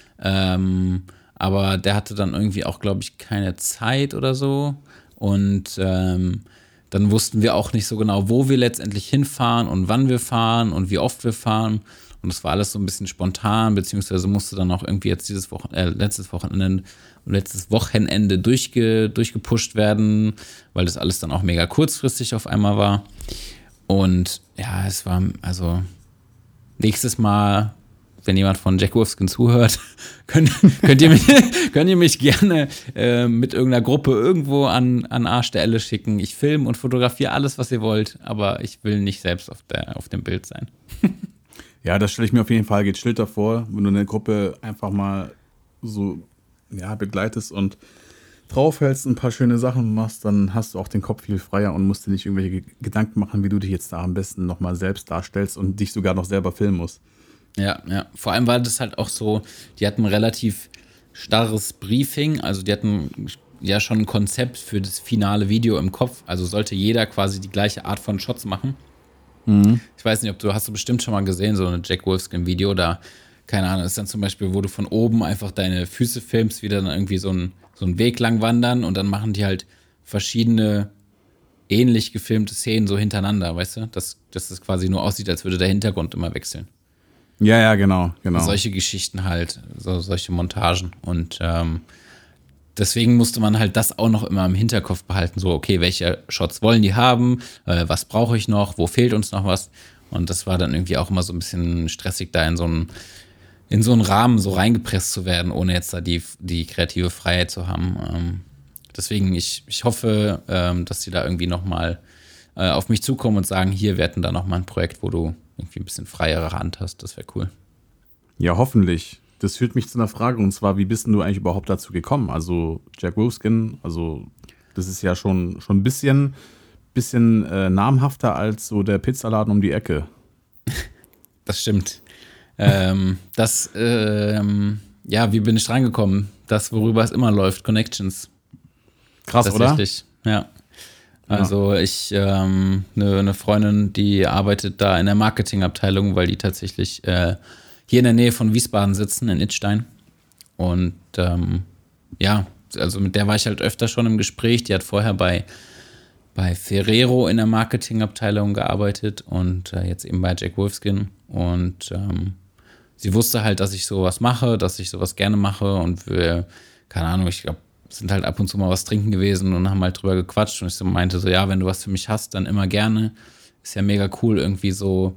[SPEAKER 2] Aber der hatte dann irgendwie auch, glaube ich, keine Zeit oder so. Und dann wussten wir auch nicht so genau, wo wir letztendlich hinfahren und wann wir fahren und wie oft wir fahren. Und das war alles so ein bisschen spontan, beziehungsweise musste dann auch irgendwie jetzt letztes Wochenende durchgepusht werden, weil das alles dann auch mega kurzfristig auf einmal war. Und ja, es war, also nächstes Mal, wenn jemand von Jack Wolfskin zuhört, könnt ihr mich gerne mit irgendeiner Gruppe irgendwo an Arsch der Elle schicken. Ich filme und fotografiere alles, was ihr wollt, aber ich will nicht selbst auf dem Bild sein.
[SPEAKER 3] Ja, das stelle ich mir auf jeden Fall gechillter vor, wenn du eine Gruppe einfach mal so begleitest und draufhältst, ein paar schöne Sachen machst, dann hast du auch den Kopf viel freier und musst dir nicht irgendwelche Gedanken machen, wie du dich jetzt da am besten nochmal selbst darstellst und dich sogar noch selber filmen musst.
[SPEAKER 2] Ja. Vor allem war das halt auch so, die hatten ein relativ starres Briefing, also die hatten ja schon ein Konzept für das finale Video im Kopf, also sollte jeder quasi die gleiche Art von Shots machen. Mhm. Ich weiß nicht, hast du bestimmt schon mal gesehen, so eine Jack Wolfskin-Video, da, keine Ahnung, ist dann zum Beispiel, wo du von oben einfach deine Füße filmst, wie dann irgendwie so ein Weg lang wandern und dann machen die halt verschiedene ähnlich gefilmte Szenen so hintereinander, weißt du? Dass das quasi nur aussieht, als würde der Hintergrund immer wechseln.
[SPEAKER 3] Ja, genau.
[SPEAKER 2] Solche Geschichten halt, solche Montagen. Und deswegen musste man halt das auch noch immer im Hinterkopf behalten. So, okay, welche Shots wollen die haben? Was brauche ich noch? Wo fehlt uns noch was? Und das war dann irgendwie auch immer so ein bisschen stressig, da in so einen Rahmen so reingepresst zu werden, ohne jetzt da die kreative Freiheit zu haben. Deswegen, ich hoffe, dass die da irgendwie nochmal auf mich zukommen und sagen, hier, wir hätten da nochmal ein Projekt, wo du irgendwie ein bisschen freiere Hand hast. Das wäre cool.
[SPEAKER 3] Ja, hoffentlich. Das führt mich zu einer Frage, und zwar, wie bist denn du eigentlich überhaupt dazu gekommen? Also Jack Wolfskin, also das ist ja schon ein bisschen namhafter als so der Pizzaladen um die Ecke.
[SPEAKER 2] Das stimmt. Wie bin ich reingekommen? Das, worüber es immer läuft, Connections.
[SPEAKER 3] Krass, oder?
[SPEAKER 2] Ja. Also ich, eine Freundin, die arbeitet da in der Marketingabteilung, weil die tatsächlich hier in der Nähe von Wiesbaden sitzen, in Idstein. Und also mit der war ich halt öfter schon im Gespräch. Die hat vorher bei Ferrero in der Marketingabteilung gearbeitet und jetzt eben bei Jack Wolfskin. Und sie wusste halt, dass ich sowas mache, dass ich sowas gerne mache. Und wir, keine Ahnung, ich glaube, sind halt ab und zu mal was trinken gewesen und haben halt drüber gequatscht. Und ich meinte so, ja, wenn du was für mich hast, dann immer gerne. Ist ja mega cool, irgendwie so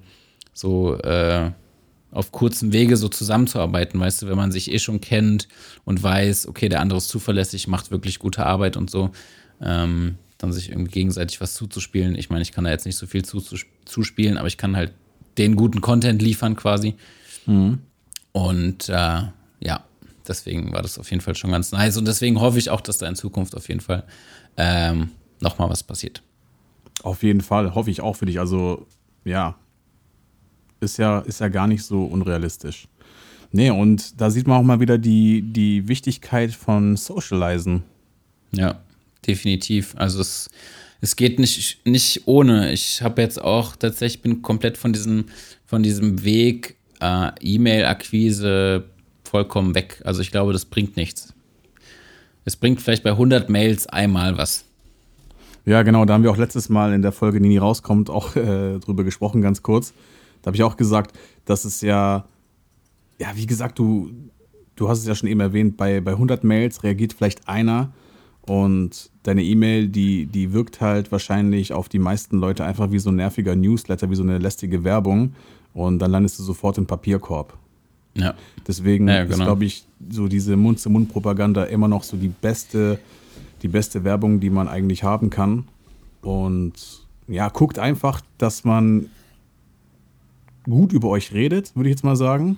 [SPEAKER 2] auf kurzem Wege so zusammenzuarbeiten, weißt du, wenn man sich schon kennt und weiß, okay, der andere ist zuverlässig, macht wirklich gute Arbeit und so, dann sich irgendwie gegenseitig was zuzuspielen. Ich meine, ich kann da jetzt nicht so viel zuspielen, aber ich kann halt den guten Content liefern quasi. Mhm. Und deswegen war das auf jeden Fall schon ganz nice und deswegen hoffe ich auch, dass da in Zukunft auf jeden Fall nochmal was passiert.
[SPEAKER 3] Auf jeden Fall, hoffe ich auch für dich. Also, ja, ist ja gar nicht so unrealistisch. Nee, und da sieht man auch mal wieder die Wichtigkeit von Socializen.
[SPEAKER 2] Ja, definitiv. Also es geht nicht ohne. Ich habe jetzt auch tatsächlich, bin komplett von diesem Weg E-Mail-Akquise vollkommen weg. Also ich glaube, das bringt nichts. Es bringt vielleicht bei 100 Mails einmal was.
[SPEAKER 3] Ja, genau, da haben wir auch letztes Mal in der Folge, die nie rauskommt, auch drüber gesprochen, ganz kurz. Da habe ich auch gesagt, dass es ja, wie gesagt, du hast es ja schon eben erwähnt, bei 100 Mails reagiert vielleicht einer und deine E-Mail, die wirkt halt wahrscheinlich auf die meisten Leute einfach wie so ein nerviger Newsletter, wie so eine lästige Werbung und dann landest du sofort im Papierkorb.
[SPEAKER 2] Ja.
[SPEAKER 3] Deswegen ist, glaube ich, so diese Mund-zu-Mund-Propaganda immer noch so die beste Werbung, die man eigentlich haben kann. Und guckt einfach, dass man gut über euch redet, würde ich jetzt mal sagen.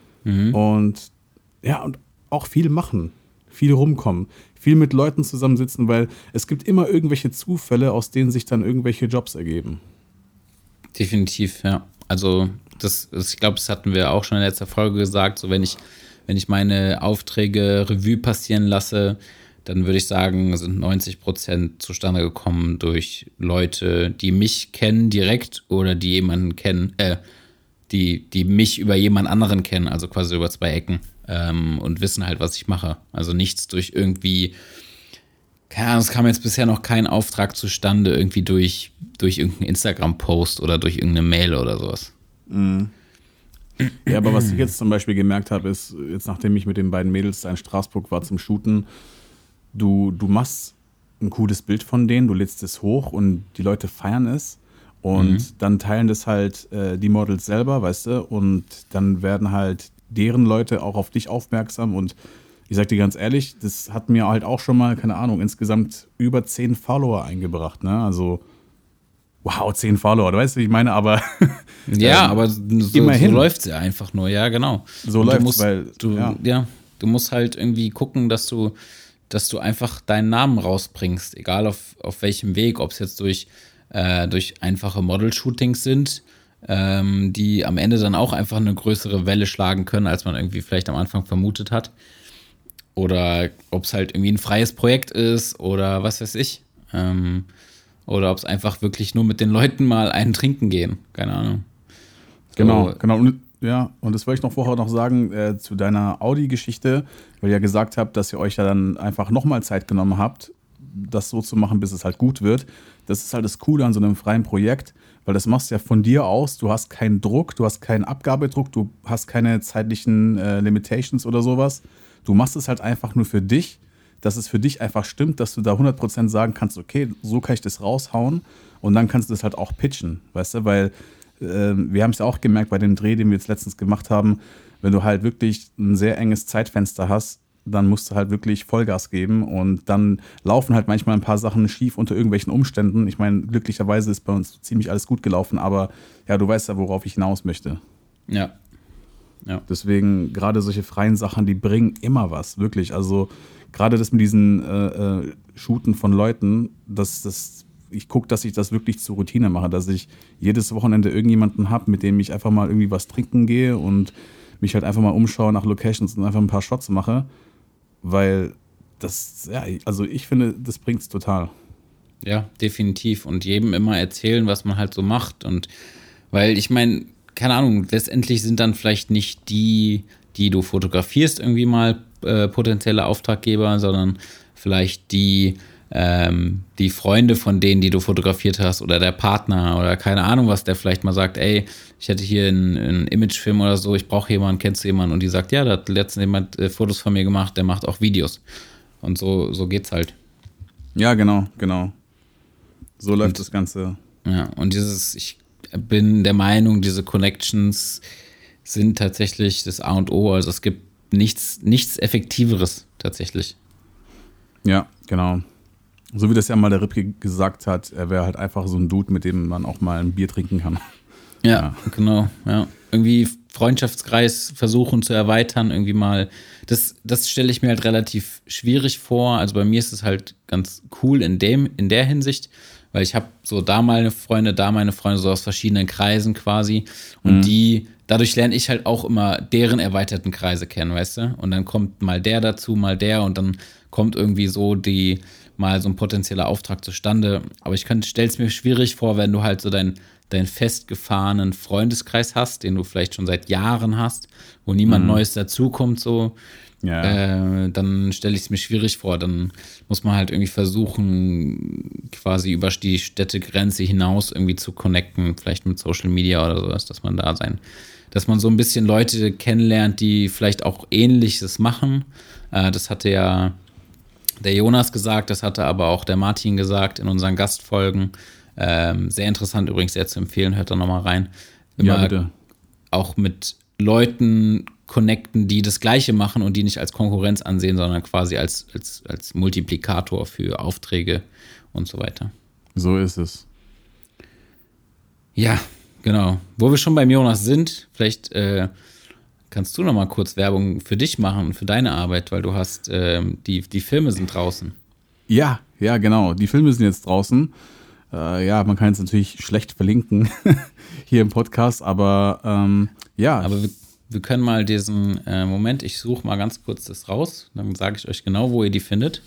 [SPEAKER 3] Und auch viel machen, viel rumkommen, viel mit Leuten zusammensitzen, weil es gibt immer irgendwelche Zufälle, aus denen sich dann irgendwelche Jobs ergeben.
[SPEAKER 2] Definitiv, ja. Also ich glaube, das hatten wir auch schon in letzter Folge gesagt, so wenn ich meine Aufträge Revue passieren lasse, dann würde ich sagen, sind 90% zustande gekommen durch Leute, die mich kennen direkt oder die jemanden kennen, die mich über jemand anderen kennen, also quasi über 2 Ecken und wissen halt, was ich mache. Also nichts durch irgendwie, keine Ahnung, es kam jetzt bisher noch kein Auftrag zustande, irgendwie durch irgendeinen Instagram-Post oder durch irgendeine Mail oder sowas.
[SPEAKER 3] Ja, aber was ich jetzt zum Beispiel gemerkt habe, ist, jetzt nachdem ich mit den beiden Mädels da in Straßburg war zum Shooten, du machst ein cooles Bild von denen, du lädst es hoch und die Leute feiern es und dann teilen das halt die Models selber, weißt du, und dann werden halt deren Leute auch auf dich aufmerksam und ich sag dir ganz ehrlich, das hat mir halt auch schon mal, keine Ahnung, insgesamt über 10 Follower eingebracht, ne, also wow, 10 Follower, du weißt, wie ich meine, aber
[SPEAKER 2] ja, aber so läuft es ja einfach nur, ja, genau.
[SPEAKER 3] So läuft es, weil
[SPEAKER 2] du musst halt irgendwie gucken, dass du einfach deinen Namen rausbringst, egal auf welchem Weg, ob es jetzt durch einfache Model-Shootings sind, die am Ende dann auch einfach eine größere Welle schlagen können, als man irgendwie vielleicht am Anfang vermutet hat. Oder ob es halt irgendwie ein freies Projekt ist oder was weiß ich. Oder ob es einfach wirklich nur mit den Leuten mal einen trinken gehen. Keine Ahnung.
[SPEAKER 3] Genau. Und das wollte ich vorher noch sagen zu deiner Audi-Geschichte, weil ihr ja gesagt habt, dass ihr euch ja dann einfach nochmal Zeit genommen habt, das so zu machen, bis es halt gut wird. Das ist halt das Coole an so einem freien Projekt, weil das machst du ja von dir aus. Du hast keinen Druck, du hast keinen Abgabedruck, du hast keine zeitlichen Limitations oder sowas. Du machst es halt einfach nur für dich, dass es für dich einfach stimmt, dass du da 100% sagen kannst, okay, so kann ich das raushauen und dann kannst du das halt auch pitchen, weißt du, weil wir haben es ja auch gemerkt bei dem Dreh, den wir jetzt letztens gemacht haben, wenn du halt wirklich ein sehr enges Zeitfenster hast, dann musst du halt wirklich Vollgas geben und dann laufen halt manchmal ein paar Sachen schief unter irgendwelchen Umständen. Ich meine, glücklicherweise ist bei uns ziemlich alles gut gelaufen, aber ja, du weißt ja, worauf ich hinaus möchte. Ja. Deswegen, gerade solche freien Sachen, die bringen immer was, wirklich. Also gerade das mit diesen Shooten von Leuten, ich gucke, dass ich das wirklich zur Routine mache, dass ich jedes Wochenende irgendjemanden habe, mit dem ich einfach mal irgendwie was trinken gehe und mich halt einfach mal umschaue nach Locations und einfach ein paar Shots mache, weil ich finde, das bringt's total.
[SPEAKER 2] Ja, definitiv. Und jedem immer erzählen, was man halt so macht. Und weil ich meine, keine Ahnung, letztendlich sind dann vielleicht nicht die du fotografierst, irgendwie mal potenzielle Auftraggeber, sondern vielleicht die Freunde von denen, die du fotografiert hast oder der Partner oder keine Ahnung was, der vielleicht mal sagt, ey, ich hätte hier einen Imagefilm oder so, ich brauche jemanden, kennst du jemanden? Und die sagt, ja, da hat letztens jemand Fotos von mir gemacht, der macht auch Videos. Und so geht's halt.
[SPEAKER 3] Ja, genau. So läuft das Ganze.
[SPEAKER 2] Ja, und ich bin der Meinung, diese Connections sind tatsächlich das A und O, also es gibt nichts Effektiveres tatsächlich.
[SPEAKER 3] Ja, genau. So wie das ja mal der Ripke gesagt hat, er wäre halt einfach so ein Dude, mit dem man auch mal ein Bier trinken kann.
[SPEAKER 2] Ja, genau. Ja. Irgendwie Freundschaftskreis versuchen zu erweitern, irgendwie mal. Das stelle ich mir halt relativ schwierig vor. Also bei mir ist es halt ganz cool in der Hinsicht, weil ich habe so da meine Freunde, so aus verschiedenen Kreisen quasi. Und dadurch lerne ich halt auch immer deren erweiterten Kreise kennen, weißt du? Und dann kommt mal der dazu, mal der und dann kommt irgendwie so mal so ein potenzieller Auftrag zustande. Aber ich stelle es mir schwierig vor, wenn du halt so deinen festgefahrenen Freundeskreis hast, den du vielleicht schon seit Jahren hast, wo niemand Neues dazukommt, so. Ja. Dann stelle ich es mir schwierig vor. Dann muss man halt irgendwie versuchen, quasi über die Städtegrenze hinaus irgendwie zu connecten, vielleicht mit Social Media oder sowas, dass man so ein bisschen Leute kennenlernt, die vielleicht auch Ähnliches machen. Das hatte ja der Jonas gesagt, das hatte aber auch der Martin gesagt in unseren Gastfolgen. Sehr interessant übrigens, sehr zu empfehlen, hört da nochmal rein. Immer bitte. Auch mit Leuten connecten, die das Gleiche machen und die nicht als Konkurrenz ansehen, sondern quasi als Multiplikator für Aufträge und so weiter.
[SPEAKER 3] So ist es.
[SPEAKER 2] Ja, genau. Wo wir schon beim Jonas sind, vielleicht kannst du noch mal kurz Werbung für dich machen, für deine Arbeit, weil du hast, die Filme sind draußen.
[SPEAKER 3] Ja, genau. Die Filme sind jetzt draußen. Ja, man kann es natürlich schlecht verlinken hier im Podcast, aber ja.
[SPEAKER 2] Aber wir können mal diesen Moment, ich suche mal ganz kurz das raus, dann sage ich euch genau, wo ihr die findet.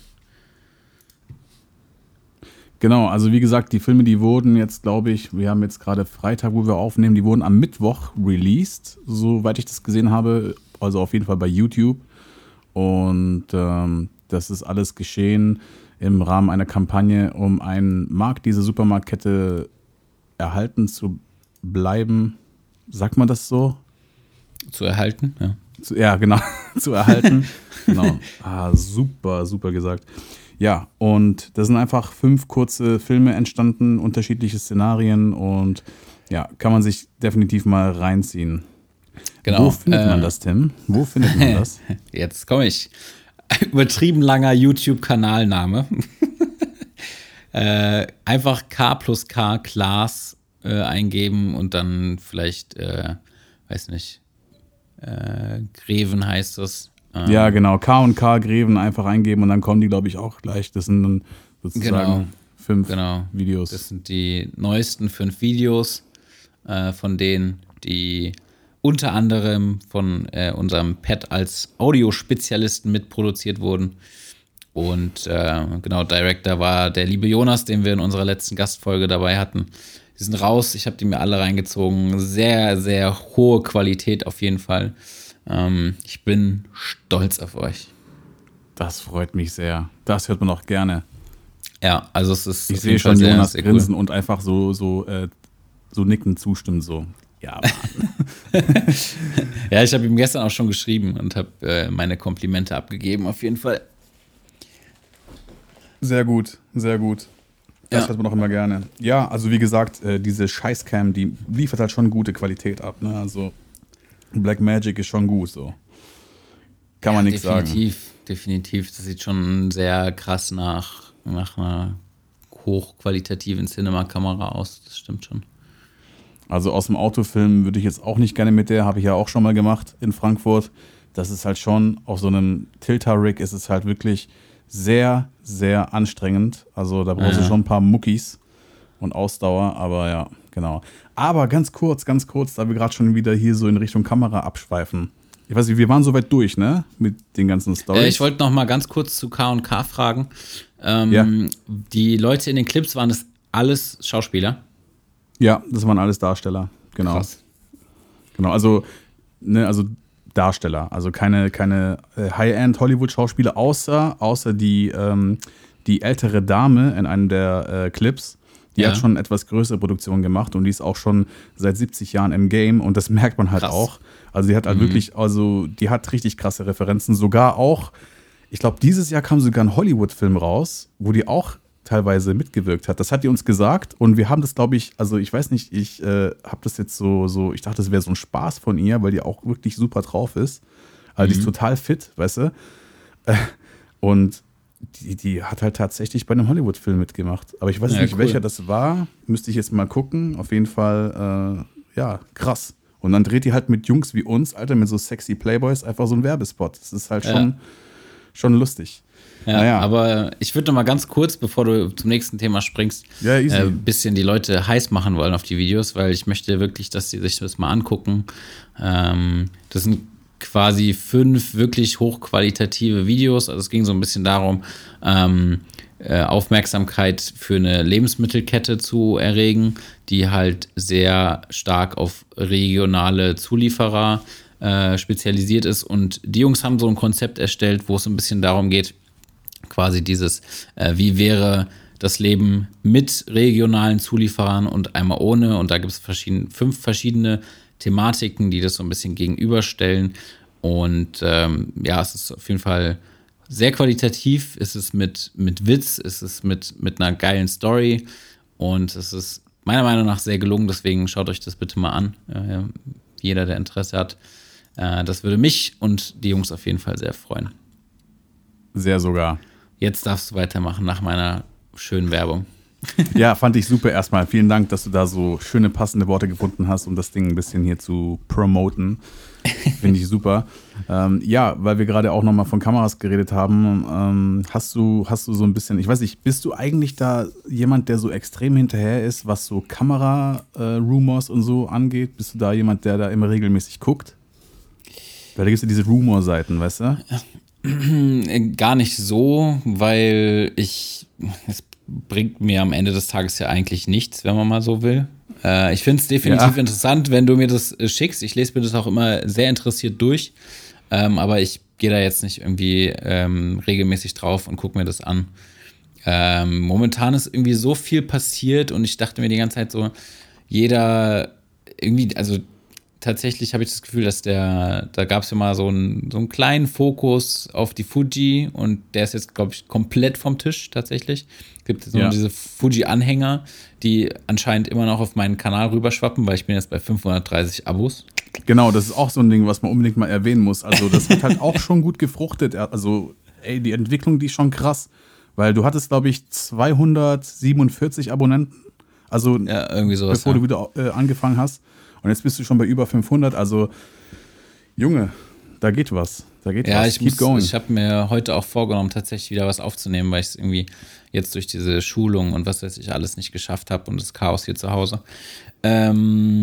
[SPEAKER 3] Genau, also wie gesagt, die Filme, die wurden jetzt, glaube ich, wir haben jetzt gerade Freitag, wo wir aufnehmen, die wurden am Mittwoch released, soweit ich das gesehen habe, also auf jeden Fall bei YouTube. Und das ist alles geschehen im Rahmen einer Kampagne, um einen Markt, diese Supermarktkette erhalten zu bleiben. Sagt man das so?
[SPEAKER 2] Zu erhalten, ja.
[SPEAKER 3] Ja, genau, zu erhalten. Genau. Super, super gesagt. Ja, und da sind einfach 5 kurze Filme entstanden, unterschiedliche Szenarien und ja, kann man sich definitiv mal reinziehen.
[SPEAKER 2] Genau.
[SPEAKER 3] Wo findet man das, Tim? Wo findet man das?
[SPEAKER 2] Jetzt komme ich. Übertrieben langer YouTube-Kanalname. Einfach K plus K Klaas eingeben und dann vielleicht, weiß nicht, Greven heißt das.
[SPEAKER 3] Ja, genau. K und K Greven einfach eingeben und dann kommen die, glaube ich, auch gleich. Das sind dann sozusagen 5 Videos.
[SPEAKER 2] Das sind die neuesten 5 Videos, von denen die unter anderem von unserem Pat als Audiospezialisten mitproduziert wurden. Und genau, Director war der liebe Jonas, den wir in unserer letzten Gastfolge dabei hatten. Die sind raus, ich habe die mir alle reingezogen. Sehr, sehr hohe Qualität auf jeden Fall. Ich bin stolz auf euch.
[SPEAKER 3] Das freut mich sehr. Das hört man auch gerne.
[SPEAKER 2] Ja, also es ist.
[SPEAKER 3] Ich sehe schon Jonas sehr grinsen cool. Und einfach so nicken, zustimmen so. Ja, Mann.
[SPEAKER 2] Ja, ich habe ihm gestern auch schon geschrieben und habe meine Komplimente abgegeben, auf jeden Fall.
[SPEAKER 3] Sehr gut, sehr gut. Das hört man auch immer gerne. Ja, also wie gesagt, diese Scheißcam, die liefert halt schon gute Qualität ab. Ne? Also Blackmagic ist schon gut, so. Kann man nichts sagen.
[SPEAKER 2] Definitiv. Das sieht schon sehr krass nach einer hochqualitativen Cinema-Kamera aus. Das stimmt schon.
[SPEAKER 3] Also aus dem Autofilm würde ich jetzt auch nicht gerne mit der, habe ich ja auch schon mal gemacht in Frankfurt. Das ist halt schon, auf so einem Tilter-Rig ist es halt wirklich sehr, sehr anstrengend. Also da brauchst du schon ein paar Muckis und Ausdauer, aber ja, genau. Aber ganz kurz, da wir gerade schon wieder hier so in Richtung Kamera abschweifen. Ich weiß nicht, wir waren soweit durch, ne? Mit den ganzen Storys.
[SPEAKER 2] Ich wollte noch mal ganz kurz zu K&K fragen. Die Leute in den Clips, waren das alles Schauspieler?
[SPEAKER 3] Ja, das waren alles Darsteller, genau.
[SPEAKER 2] Krass.
[SPEAKER 3] Genau, also Darsteller, also keine High-End-Hollywood-Schauspieler, außer die ältere Dame in einem der Clips. Die hat schon eine etwas größere Produktion gemacht und die ist auch schon seit 70 Jahren im Game und das merkt man halt auch. Also die hat halt wirklich, also die hat richtig krasse Referenzen. Sogar auch, ich glaube, dieses Jahr kam sogar ein Hollywood-Film raus, wo die auch teilweise mitgewirkt hat. Das hat die uns gesagt und wir haben das, glaube ich, also ich weiß nicht, ich habe das jetzt so, ich dachte, das wäre so ein Spaß von ihr, weil die auch wirklich super drauf ist. Also die ist total fit, weißt du? Und die hat halt tatsächlich bei einem Hollywood-Film mitgemacht. Aber ich weiß nicht, welcher das war. Müsste ich jetzt mal gucken. Auf jeden Fall, krass. Und dann dreht die halt mit Jungs wie uns, Alter, mit so sexy Playboys, einfach so einen Werbespot. Das ist halt schon lustig.
[SPEAKER 2] Ja, aber ich würde noch mal ganz kurz, bevor du zum nächsten Thema springst, ein bisschen die Leute heiß machen wollen auf die Videos, weil ich möchte wirklich, dass sie sich das mal angucken. Das sind quasi 5 wirklich hochqualitative Videos. Also es ging so ein bisschen darum, Aufmerksamkeit für eine Lebensmittelkette zu erregen, die halt sehr stark auf regionale Zulieferer spezialisiert ist. Und die Jungs haben so ein Konzept erstellt, wo es so ein bisschen darum geht, quasi dieses, wie wäre das Leben mit regionalen Zulieferern und einmal ohne. Und da gibt es 5 verschiedene Thematiken, die das so ein bisschen gegenüberstellen. Und es ist auf jeden Fall sehr qualitativ. Es ist mit Witz, es ist mit einer geilen Story. Und es ist meiner Meinung nach sehr gelungen. Deswegen schaut euch das bitte mal an. Jeder, der Interesse hat. Das würde mich und die Jungs auf jeden Fall sehr freuen.
[SPEAKER 3] Sehr sogar.
[SPEAKER 2] Jetzt darfst du weitermachen nach meiner schönen Werbung.
[SPEAKER 3] Ja, fand ich super erstmal. Vielen Dank, dass du da so schöne, passende Worte gefunden hast, um das Ding ein bisschen hier zu promoten. Finde ich super. Ja, weil wir gerade auch nochmal von Kameras geredet haben, hast du so ein bisschen, ich weiß nicht, bist du eigentlich da jemand, der so extrem hinterher ist, was so Kamera-Rumors und so angeht? Bist du da jemand, der da immer regelmäßig guckt? Weil da gibt es ja diese Rumor-Seiten, weißt du?
[SPEAKER 2] Gar nicht so, weil es bringt mir am Ende des Tages ja eigentlich nichts, wenn man mal so will. Ich finde es definitiv interessant, wenn du mir das schickst. Ich lese mir das auch immer sehr interessiert durch. Aber ich gehe da jetzt nicht irgendwie regelmäßig drauf und gucke mir das an. Momentan ist irgendwie so viel passiert und ich dachte mir die ganze Zeit so, jeder irgendwie, also tatsächlich habe ich das Gefühl, dass da gab es ja mal so einen kleinen Fokus auf die Fuji und der ist jetzt, glaube ich, komplett vom Tisch tatsächlich. Es gibt jetzt nur diese Fuji-Anhänger, die anscheinend immer noch auf meinen Kanal rüberschwappen, weil ich bin jetzt bei 530 Abos.
[SPEAKER 3] Genau, das ist auch so ein Ding, was man unbedingt mal erwähnen muss. Also das hat halt auch schon gut gefruchtet. Also die Entwicklung, die ist schon krass. Weil du hattest, glaube ich, 247 Abonnenten. Also
[SPEAKER 2] ja, irgendwie sowas,
[SPEAKER 3] bevor du wieder angefangen hast. Und jetzt bist du schon bei über 500. Also, Junge, da geht was.
[SPEAKER 2] Ja, ich habe mir heute auch vorgenommen, tatsächlich wieder was aufzunehmen, weil ich es irgendwie jetzt durch diese Schulung und was weiß ich alles nicht geschafft habe und das Chaos hier zu Hause. Ja,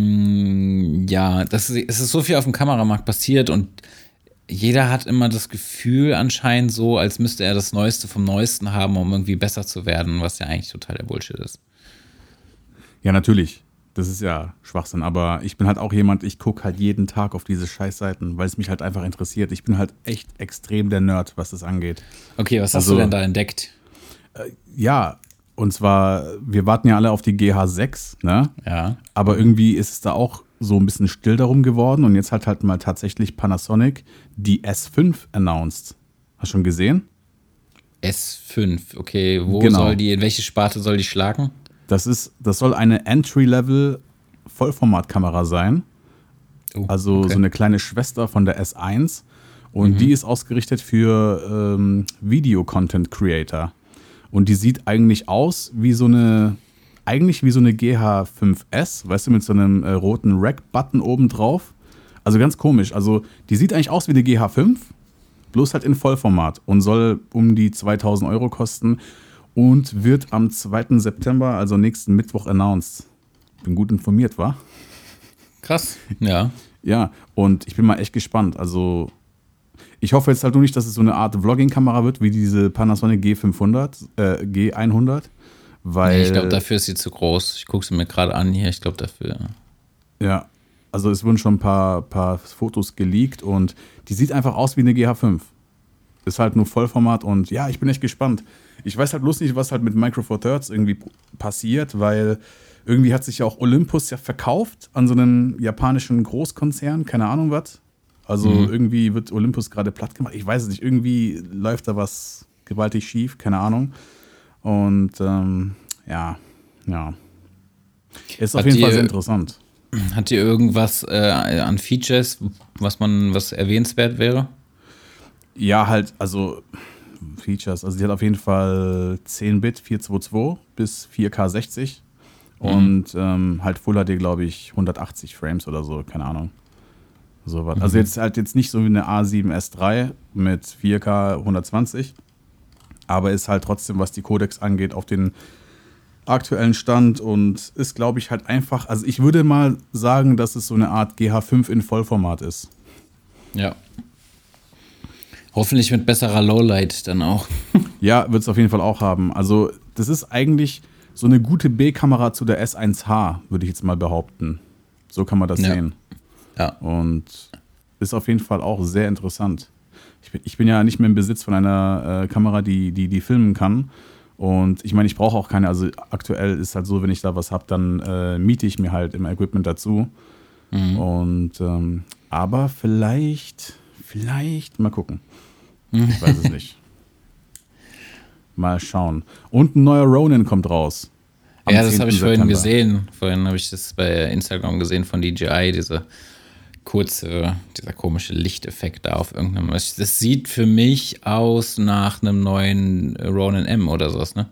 [SPEAKER 2] es ist so viel auf dem Kameramarkt passiert und jeder hat immer das Gefühl anscheinend so, als müsste er das Neueste vom Neuesten haben, um irgendwie besser zu werden, was ja eigentlich total der Bullshit ist.
[SPEAKER 3] Ja, natürlich. Das ist ja Schwachsinn, aber ich bin halt auch jemand, ich gucke halt jeden Tag auf diese Scheißseiten, weil es mich halt einfach interessiert. Ich bin halt echt extrem der Nerd, was das angeht.
[SPEAKER 2] Okay, was hast du denn da entdeckt?
[SPEAKER 3] Ja, und zwar, wir warten ja alle auf die GH6, ne?
[SPEAKER 2] Ja.
[SPEAKER 3] Aber irgendwie ist es da auch so ein bisschen still darum geworden und jetzt hat halt mal tatsächlich Panasonic die S5 announced. Hast du schon gesehen?
[SPEAKER 2] S5, okay. In welche Sparte soll die schlagen?
[SPEAKER 3] Das soll eine Entry-Level-Vollformatkamera sein. Also so eine kleine Schwester von der S1. Und die ist ausgerichtet für Video-Content-Creator. Und die sieht eigentlich aus wie so eine GH5S, weißt du, mit so einem roten Rack-Button oben drauf. Also ganz komisch. Also die sieht eigentlich aus wie eine GH5, bloß halt in Vollformat und soll um die 2.000 € kosten. Und wird am 2. September, also nächsten Mittwoch, announced. Bin gut informiert, wa?
[SPEAKER 2] Krass, ja.
[SPEAKER 3] Ja, und ich bin mal echt gespannt. Also, ich hoffe jetzt halt nur nicht, dass es so eine Art Vlogging-Kamera wird, wie diese Panasonic G100. Weil,
[SPEAKER 2] ich glaube, dafür ist sie zu groß. Ich gucke sie mir gerade an hier, ich glaube dafür.
[SPEAKER 3] Ja, also es wurden schon ein paar Fotos geleakt und die sieht einfach aus wie eine GH5. Ist halt nur Vollformat und ja, ich bin echt gespannt. Ich weiß halt bloß nicht, was halt mit Micro Four Thirds irgendwie passiert, weil irgendwie hat sich ja auch Olympus ja verkauft an so einen japanischen Großkonzern, keine Ahnung was. Also irgendwie wird Olympus gerade platt gemacht. Ich weiß es nicht, irgendwie läuft da was gewaltig schief, keine Ahnung. Und ja. Ist auf jeden Fall sehr interessant.
[SPEAKER 2] Hat die irgendwas an Features, was erwähnenswert wäre?
[SPEAKER 3] Ja, halt, also Features. Also die hat auf jeden Fall 10-Bit 422 bis 4K 60 und halt Full HD, glaube ich, 180 Frames oder so, keine Ahnung. So was. Also jetzt nicht so wie eine A7S III mit 4K 120, aber ist halt trotzdem, was die Codecs angeht, auf den aktuellen Stand und ist, glaube ich, halt einfach, also ich würde mal sagen, dass es so eine Art GH5 in Vollformat ist.
[SPEAKER 2] Ja. Hoffentlich mit besserer Lowlight dann auch.
[SPEAKER 3] Ja, wird es auf jeden Fall auch haben. Also das ist eigentlich so eine gute B-Kamera zu der S1H, würde ich jetzt mal behaupten. So kann man das sehen.
[SPEAKER 2] Ja.
[SPEAKER 3] Und ist auf jeden Fall auch sehr interessant. Ich bin ja nicht mehr im Besitz von einer Kamera, die filmen kann. Und ich meine, ich brauche auch keine, also aktuell ist halt so, wenn ich da was habe, dann miete ich mir halt immer Equipment dazu. Und aber vielleicht, mal gucken. Ich weiß es nicht. Mal schauen. Und ein neuer Ronin kommt raus.
[SPEAKER 2] Ja, das habe ich vorhin gesehen. Vorhin habe ich das bei Instagram gesehen von DJI, dieser komische Lichteffekt da auf irgendeinem. Das sieht für mich aus nach einem neuen Ronin M oder sowas, ne?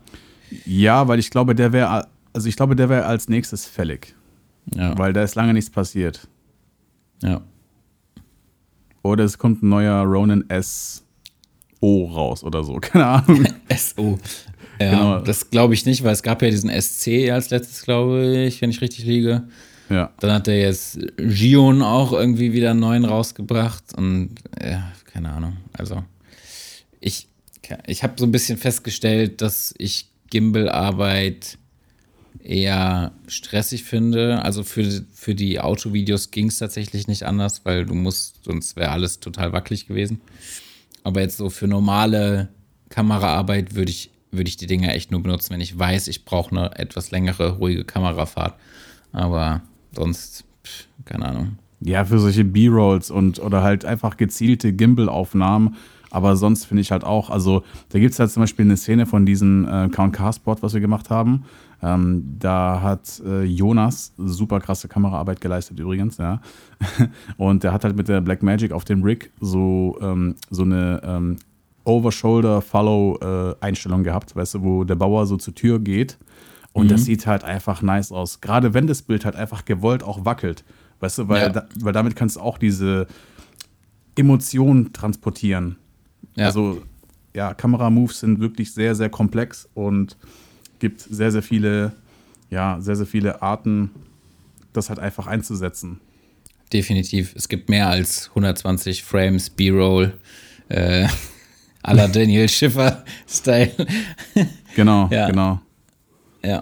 [SPEAKER 3] Ja, weil ich glaube, der wäre als nächstes fällig.
[SPEAKER 2] Ja.
[SPEAKER 3] Weil da ist lange nichts passiert.
[SPEAKER 2] Ja.
[SPEAKER 3] Oder es kommt ein neuer Ronin SO raus oder so, keine Ahnung.
[SPEAKER 2] SO. Ja,
[SPEAKER 3] Genau.
[SPEAKER 2] das glaube ich nicht, weil es gab ja diesen SC als letztes, glaube ich, wenn ich richtig liege.
[SPEAKER 3] Ja.
[SPEAKER 2] Dann hat er jetzt Gion auch irgendwie wieder einen neuen rausgebracht und keine Ahnung. Also ich habe so ein bisschen festgestellt, dass ich Gimbal-Arbeit eher stressig finde. Also für die Autovideos ging es tatsächlich nicht anders, weil sonst wäre alles total wackelig gewesen. Aber jetzt so für normale Kameraarbeit würde ich die Dinger echt nur benutzen, wenn ich weiß, ich brauche eine etwas längere, ruhige Kamerafahrt. Aber sonst, keine Ahnung.
[SPEAKER 3] Ja, für solche B-Rolls oder halt einfach gezielte Gimbal-Aufnahmen. Aber sonst finde ich halt auch, also da gibt es halt zum Beispiel eine Szene von diesem Count-K-Spot, was wir gemacht haben. Da hat Jonas super krasse Kameraarbeit geleistet übrigens, ja. Und der hat halt mit der Blackmagic auf dem Rig so eine Over-Shoulder-Follow-Einstellung gehabt, weißt du, wo der Bauer so zur Tür geht. Und das sieht halt einfach nice aus. Gerade wenn das Bild halt einfach gewollt auch wackelt. Weißt du, weil damit kannst du auch diese Emotionen transportieren.
[SPEAKER 2] Ja.
[SPEAKER 3] Also, ja, Kameramoves sind wirklich sehr, sehr komplex und gibt sehr, sehr viele Arten, das halt einfach einzusetzen.
[SPEAKER 2] Definitiv. Es gibt mehr als 120 Frames B-Roll à la Daniel Schiffer-Style.
[SPEAKER 3] Genau,
[SPEAKER 2] Ja.
[SPEAKER 3] genau.
[SPEAKER 2] Ja.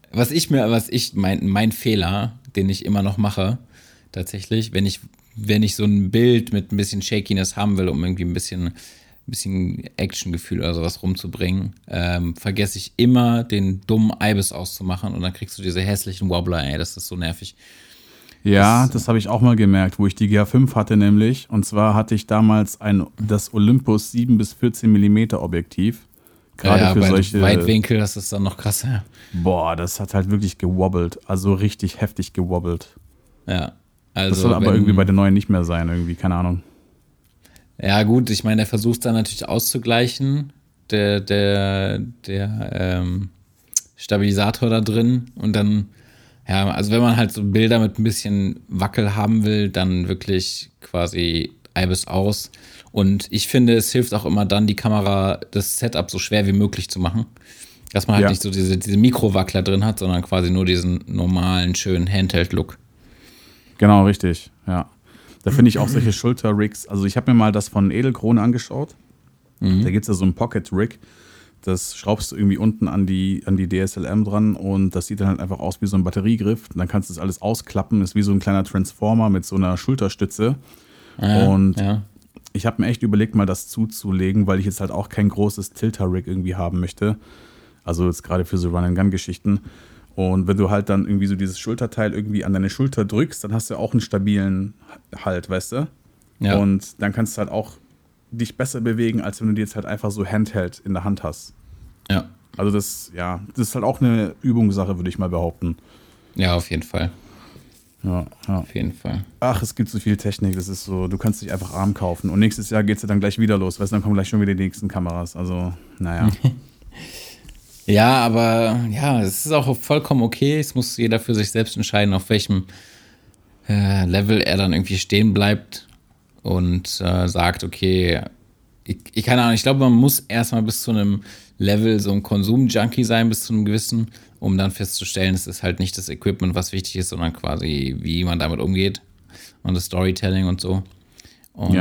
[SPEAKER 2] Mein Fehler, den ich immer noch mache, tatsächlich, wenn ich so ein Bild mit ein bisschen Shakiness haben will, um irgendwie ein bisschen Actiongefühl oder sowas rumzubringen, vergesse ich immer, den dummen Ibis auszumachen und dann kriegst du diese hässlichen Wobbler, ey, das ist so nervig.
[SPEAKER 3] Ja, das habe ich auch mal gemerkt, wo ich die GH5 hatte nämlich. Und zwar hatte ich damals das Olympus 7 bis 14 mm Objektiv. Gerade für
[SPEAKER 2] bei
[SPEAKER 3] solche
[SPEAKER 2] Weitwinkel, das ist dann noch krasser.
[SPEAKER 3] Boah, das hat halt wirklich gewobbelt. Also richtig heftig gewobbelt.
[SPEAKER 2] Ja.
[SPEAKER 3] Das
[SPEAKER 2] Also
[SPEAKER 3] soll aber irgendwie bei den neuen nicht mehr sein, irgendwie, keine Ahnung.
[SPEAKER 2] Ja, gut, ich meine, der versucht es dann natürlich auszugleichen, der Stabilisator da drin. Und dann, ja, also wenn man halt so Bilder mit ein bisschen Wackel haben will, dann wirklich quasi Ibis aus. Und ich finde, es hilft auch immer dann, die Kamera, das Setup so schwer wie möglich zu machen. Dass man halt nicht so diese Mikrowackler drin hat, sondern quasi nur diesen normalen, schönen Handheld-Look.
[SPEAKER 3] Genau, richtig, ja. Da finde ich auch solche Schulter-Rigs. Also ich habe mir mal das von Edelkrone angeschaut. Da gibt es ja so ein Pocket-Rig. Das schraubst du irgendwie unten an die DSLM dran und das sieht dann halt einfach aus wie so ein Batteriegriff. Und dann kannst du das alles ausklappen. Ist wie so ein kleiner Transformer mit so einer Schulterstütze. Und ich habe mir echt überlegt, mal das zuzulegen, weil ich jetzt halt auch kein großes Tilter-Rig irgendwie haben möchte. Also jetzt gerade für so Run-and-Gun-Geschichten. Und wenn du halt dann irgendwie so dieses Schulterteil irgendwie an deine Schulter drückst, dann hast du auch einen stabilen Halt, weißt du?
[SPEAKER 2] Ja.
[SPEAKER 3] Und dann kannst du halt auch dich besser bewegen, als wenn du die jetzt halt einfach so Handheld in der Hand hast.
[SPEAKER 2] Ja.
[SPEAKER 3] Also das ist halt auch eine Übungssache, würde ich mal behaupten.
[SPEAKER 2] Ja, auf jeden Fall.
[SPEAKER 3] Ja.
[SPEAKER 2] Auf jeden Fall.
[SPEAKER 3] Ach, es gibt so viel Technik, das ist so, du kannst dich einfach arm kaufen. Und nächstes Jahr geht es ja dann gleich wieder los, weißt du, dann kommen gleich schon wieder die nächsten Kameras. Also, naja.
[SPEAKER 2] Ja, aber ja, es ist auch vollkommen okay. Es muss jeder für sich selbst entscheiden, auf welchem Level er dann irgendwie stehen bleibt und sagt, okay, ich keine Ahnung, ich glaube, man muss erstmal bis zu einem Level so ein Konsum-Junkie sein, bis zu einem gewissen, um dann festzustellen, es ist halt nicht das Equipment, was wichtig ist, sondern quasi, wie man damit umgeht und das Storytelling und so. Und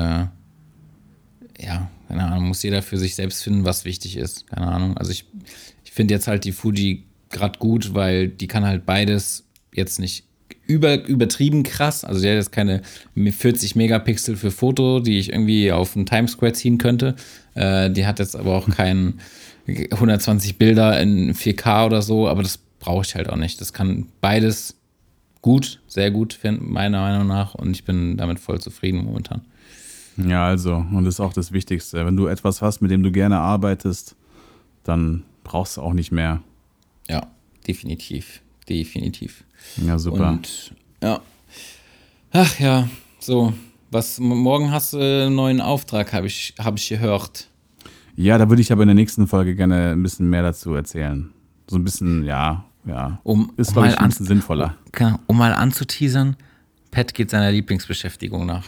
[SPEAKER 2] keine Ahnung, muss jeder für sich selbst finden, was wichtig ist. Keine Ahnung. Also ich finde jetzt halt die Fuji gerade gut, weil die kann halt beides jetzt nicht übertrieben krass. Also die hat jetzt keine 40 Megapixel für Foto, die ich irgendwie auf einen Times Square ziehen könnte. Die hat jetzt aber auch keinen 120 Bilder in 4K oder so, aber das brauche ich halt auch nicht. Das kann beides gut, sehr gut finden, meiner Meinung nach. Und ich bin damit voll zufrieden momentan.
[SPEAKER 3] Ja, also, und das ist auch das Wichtigste. Wenn du etwas hast, mit dem du gerne arbeitest, dann brauchst du auch nicht mehr.
[SPEAKER 2] Ja, definitiv.
[SPEAKER 3] Ja, super.
[SPEAKER 2] Und ja. Ach ja, so. Morgen hast du einen neuen Auftrag, hab ich gehört.
[SPEAKER 3] Ja, da würde ich aber in der nächsten Folge gerne ein bisschen mehr dazu erzählen. So ein bisschen, ja. Ist, glaube ich, ein bisschen sinnvoller.
[SPEAKER 2] Um mal anzuteasern, Pat geht seiner Lieblingsbeschäftigung nach.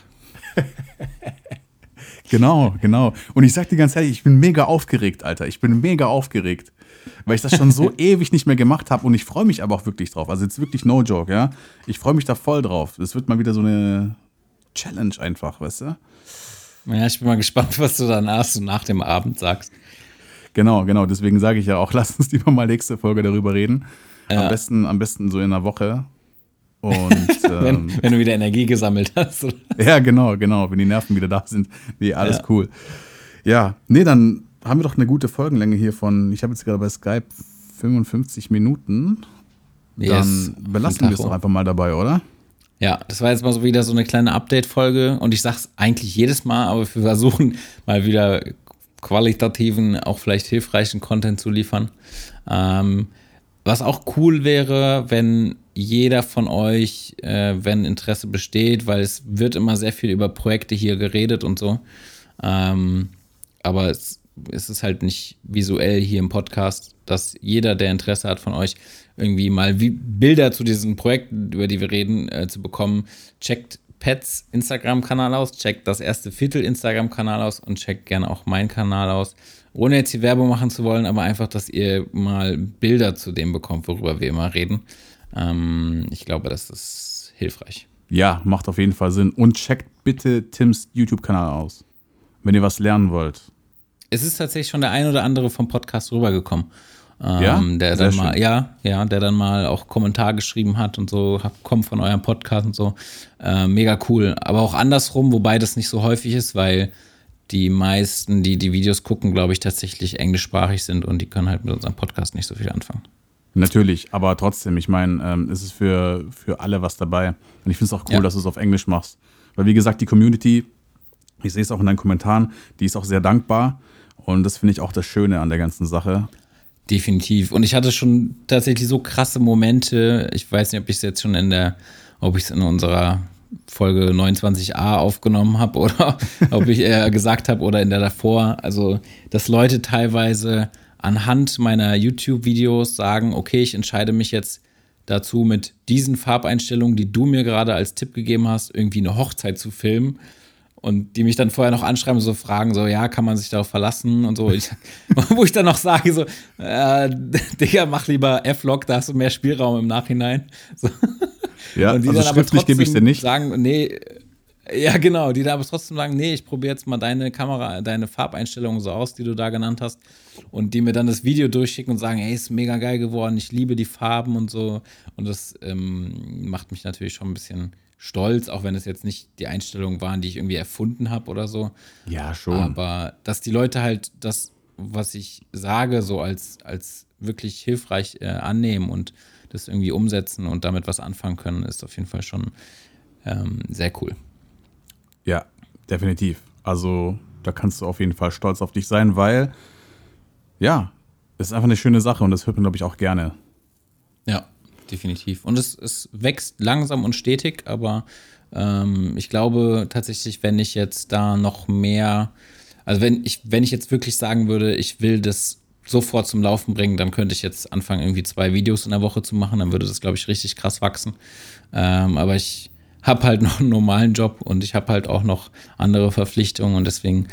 [SPEAKER 3] Genau. Und ich sag dir ganz ehrlich, ich bin mega aufgeregt, Alter. Ich bin mega aufgeregt. Weil ich das schon so ewig nicht mehr gemacht habe und ich freue mich aber auch wirklich drauf. Also jetzt wirklich no joke, ja. Ich freue mich da voll drauf. Es wird mal wieder so eine Challenge einfach, weißt du?
[SPEAKER 2] Ja, ich bin mal gespannt, was du danach so nach dem Abend sagst.
[SPEAKER 3] Genau. Deswegen sage ich ja auch, lass uns lieber mal nächste Folge darüber reden. Ja. Am besten so in einer Woche. Und,
[SPEAKER 2] wenn du wieder Energie gesammelt hast. Oder?
[SPEAKER 3] Ja, genau. Wenn die Nerven wieder da sind. Nee, alles cool. Ja, nee, dann haben wir doch eine gute Folgenlänge hier von, ich habe jetzt gerade bei Skype 55 Minuten. Dann belassen wir es doch einfach mal dabei, oder?
[SPEAKER 2] Ja, das war jetzt mal so wieder so eine kleine Update-Folge und ich sag's eigentlich jedes Mal, aber wir versuchen mal wieder qualitativen, auch vielleicht hilfreichen Content zu liefern. Was auch cool wäre, wenn jeder von euch, wenn Interesse besteht, weil es wird immer sehr viel über Projekte hier geredet und so, aber es ist halt nicht visuell hier im Podcast, dass jeder, der Interesse hat von euch, irgendwie mal Bilder zu diesen Projekten, über die wir reden, zu bekommen. Checkt Pets Instagram-Kanal aus, checkt das erste Viertel Instagram-Kanal aus und checkt gerne auch meinen Kanal aus. Ohne jetzt die Werbung machen zu wollen, aber einfach, dass ihr mal Bilder zu dem bekommt, worüber wir immer reden. Ich glaube, das ist hilfreich.
[SPEAKER 3] Ja, macht auf jeden Fall Sinn. Und checkt bitte Tims YouTube-Kanal aus, wenn ihr was lernen wollt.
[SPEAKER 2] Es ist tatsächlich schon der ein oder andere vom Podcast rübergekommen.
[SPEAKER 3] Ja?
[SPEAKER 2] Der dann mal, der dann mal auch Kommentar geschrieben hat und so, kommt von eurem Podcast und so. Mega cool. Aber auch andersrum, wobei das nicht so häufig ist, weil die meisten, die die Videos gucken, glaube ich, tatsächlich englischsprachig sind und die können halt mit unserem Podcast nicht so viel anfangen. Natürlich, aber trotzdem, ich meine, es ist für alle was dabei. Und ich finde es auch cool, dass du es auf Englisch machst. Weil wie gesagt, die Community, ich sehe es auch in deinen Kommentaren, die ist auch sehr dankbar. Und das finde ich auch das Schöne an der ganzen Sache. Definitiv. Und ich hatte schon tatsächlich so krasse Momente. Ich weiß nicht, ob ich es jetzt schon ob ich es in unserer Folge 29a aufgenommen habe oder ob ich gesagt habe oder in der davor. Also, dass Leute teilweise anhand meiner YouTube-Videos sagen, okay, ich entscheide mich jetzt dazu, mit diesen Farbeinstellungen, die du mir gerade als Tipp gegeben hast, irgendwie eine Hochzeit zu filmen. Und die mich dann vorher noch anschreiben, so fragen, so, ja, kann man sich darauf verlassen und so. Wo ich dann noch sage, so, Digga, mach lieber F-Log, da hast du mehr Spielraum im Nachhinein. So. Ja, und die also dann schriftlich gebe ich dir nicht. Sagen, nee, ja, genau, die da aber trotzdem sagen, nee, ich probiere jetzt mal deine Kamera, deine Farbeinstellungen so aus, die du da genannt hast. Und die mir dann das Video durchschicken und sagen, ey, ist mega geil geworden, ich liebe die Farben und so. Und das macht mich natürlich schon ein bisschen stolz, auch wenn es jetzt nicht die Einstellungen waren, die ich irgendwie erfunden habe oder so. Ja, schon. Aber dass die Leute halt das, was ich sage, so als wirklich hilfreich annehmen und das irgendwie umsetzen und damit was anfangen können, ist auf jeden Fall schon sehr cool. Ja, definitiv. Also da kannst du auf jeden Fall stolz auf dich sein, weil ja, es ist einfach eine schöne Sache und das hört man, glaube ich, auch gerne. Ja, definitiv. Und es wächst langsam und stetig, aber ich glaube tatsächlich, wenn ich jetzt da noch mehr, also wenn ich jetzt wirklich sagen würde, ich will das sofort zum Laufen bringen, dann könnte ich jetzt anfangen, irgendwie 2 Videos in der Woche zu machen, dann würde das, glaube ich, richtig krass wachsen. Aber ich habe halt noch einen normalen Job und ich habe halt auch noch andere Verpflichtungen und deswegen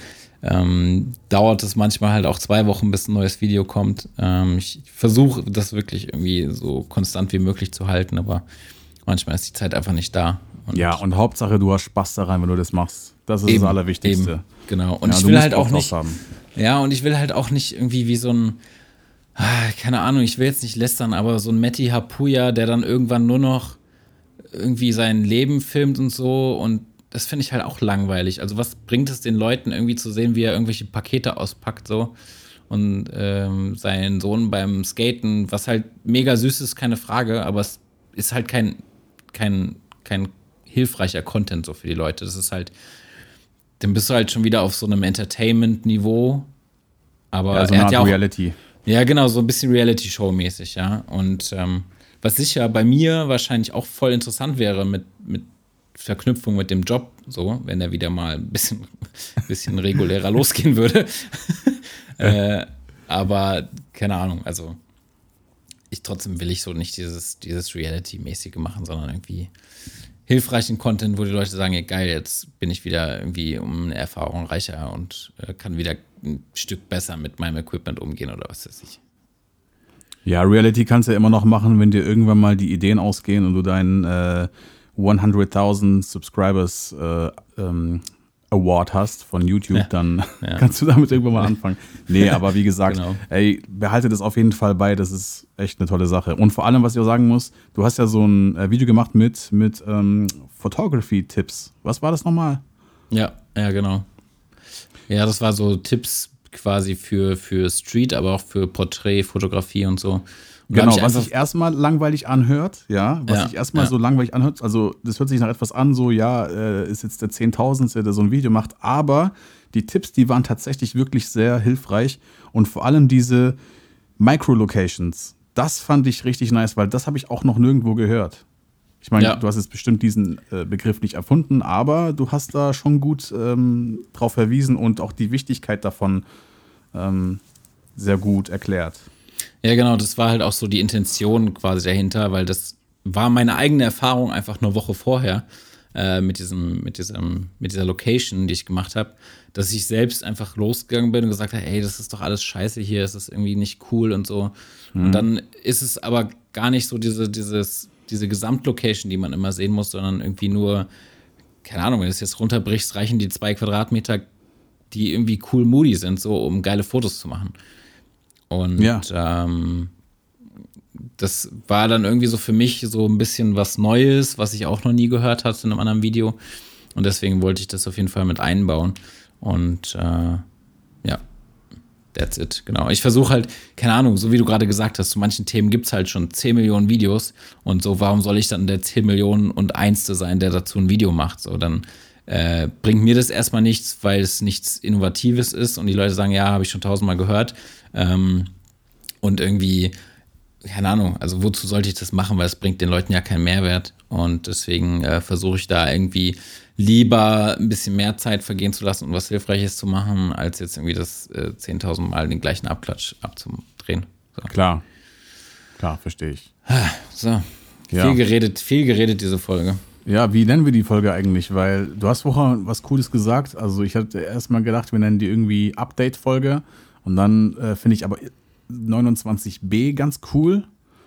[SPEAKER 2] dauert es manchmal halt auch 2 Wochen, bis ein neues Video kommt. Ich versuche das wirklich irgendwie so konstant wie möglich zu halten, aber manchmal ist die Zeit einfach nicht da. Und ja, und Hauptsache, du hast Spaß daran, wenn du das machst. Das ist das Allerwichtigste. Eben, genau. Und ja, ich will halt auch nicht. Ja, und ich will halt auch nicht irgendwie wie so ein, keine Ahnung, ich will jetzt nicht lästern, aber so ein Matti Hapuya, der dann irgendwann nur noch irgendwie sein Leben filmt und so, und das finde ich halt auch langweilig. Also was bringt es den Leuten irgendwie zu sehen, wie er irgendwelche Pakete auspackt so und seinen Sohn beim Skaten, was halt mega süß ist, keine Frage, aber es ist halt kein hilfreicher Content so für die Leute. Das ist halt, dann bist du halt schon wieder auf so einem Entertainment-Niveau, aber ja, so eine Art Reality. Ja, genau, so ein bisschen Reality-Show-mäßig, ja. Und was sicher bei mir wahrscheinlich auch voll interessant wäre mit Verknüpfung mit dem Job, so, wenn er wieder mal ein bisschen regulärer losgehen würde. Aber keine Ahnung, also trotzdem will ich so nicht dieses Reality-mäßige machen, sondern irgendwie hilfreichen Content, wo die Leute sagen, ja, geil, jetzt bin ich wieder irgendwie um eine Erfahrung reicher und kann wieder ein Stück besser mit meinem Equipment umgehen oder was weiß ich.
[SPEAKER 3] Ja, Reality kannst du ja immer noch machen, wenn dir irgendwann mal die Ideen ausgehen und du deinen 100.000 Subscribers Award hast von YouTube, dann kannst du damit irgendwann mal anfangen. Nee, aber wie gesagt, ey, behalte das auf jeden Fall bei, das ist echt eine tolle Sache. Und vor allem, was ich auch sagen muss, du hast ja so ein Video gemacht mit Photography-Tipps. Was war das nochmal?
[SPEAKER 2] Ja, genau. Ja, das war so Tipps quasi für Street, aber auch für Porträtfotografie und so. Und
[SPEAKER 3] genau, was sich erstmal langweilig anhört, so langweilig anhört, also das hört sich nach etwas an, so ist jetzt der 10.000, der so ein Video macht, aber die Tipps, die waren tatsächlich wirklich sehr hilfreich und vor allem diese Micro-Locations, das fand ich richtig nice, weil das habe ich auch noch nirgendwo gehört. Ich meine, du hast jetzt bestimmt diesen Begriff nicht erfunden, aber du hast da schon gut drauf verwiesen und auch die Wichtigkeit davon sehr gut erklärt.
[SPEAKER 2] Ja, genau, das war halt auch so die Intention quasi dahinter, weil das war meine eigene Erfahrung einfach eine Woche vorher mit dieser Location, die ich gemacht habe, dass ich selbst einfach losgegangen bin und gesagt habe, ey, das ist doch alles scheiße hier, das ist irgendwie nicht cool und so. Und dann ist es aber gar nicht so diese Gesamtlocation, die man immer sehen muss, sondern irgendwie nur, keine Ahnung, wenn du es jetzt runterbrichst, reichen die 2 Quadratmeter, die irgendwie cool moody sind, so um geile Fotos zu machen. Und das war dann irgendwie so für mich so ein bisschen was Neues, was ich auch noch nie gehört hatte in einem anderen Video. Und deswegen wollte ich das auf jeden Fall mit einbauen. Und that's it, genau. Ich versuche halt, keine Ahnung, so wie du gerade gesagt hast, zu manchen Themen gibt es halt schon 10 Millionen Videos. Und so, warum soll ich dann der 10 Millionen und Einste sein, der dazu ein Video macht? So, dann bringt mir das erstmal nichts, weil es nichts Innovatives ist und die Leute sagen, ja, habe ich schon 1000-mal gehört. Und irgendwie, keine Ahnung, also wozu sollte ich das machen, weil es bringt den Leuten ja keinen Mehrwert. Und deswegen versuche ich da irgendwie lieber ein bisschen mehr Zeit vergehen zu lassen und was Hilfreiches zu machen, als jetzt irgendwie das 10.000 Mal den gleichen Abklatsch abzudrehen. So.
[SPEAKER 3] Klar, verstehe ich.
[SPEAKER 2] So, viel geredet diese Folge.
[SPEAKER 3] Ja, wie nennen wir die Folge eigentlich? Weil du hast vorher was Cooles gesagt. Also ich hatte erstmal gedacht, wir nennen die irgendwie Update-Folge. Und dann finde ich aber 29b ganz cool.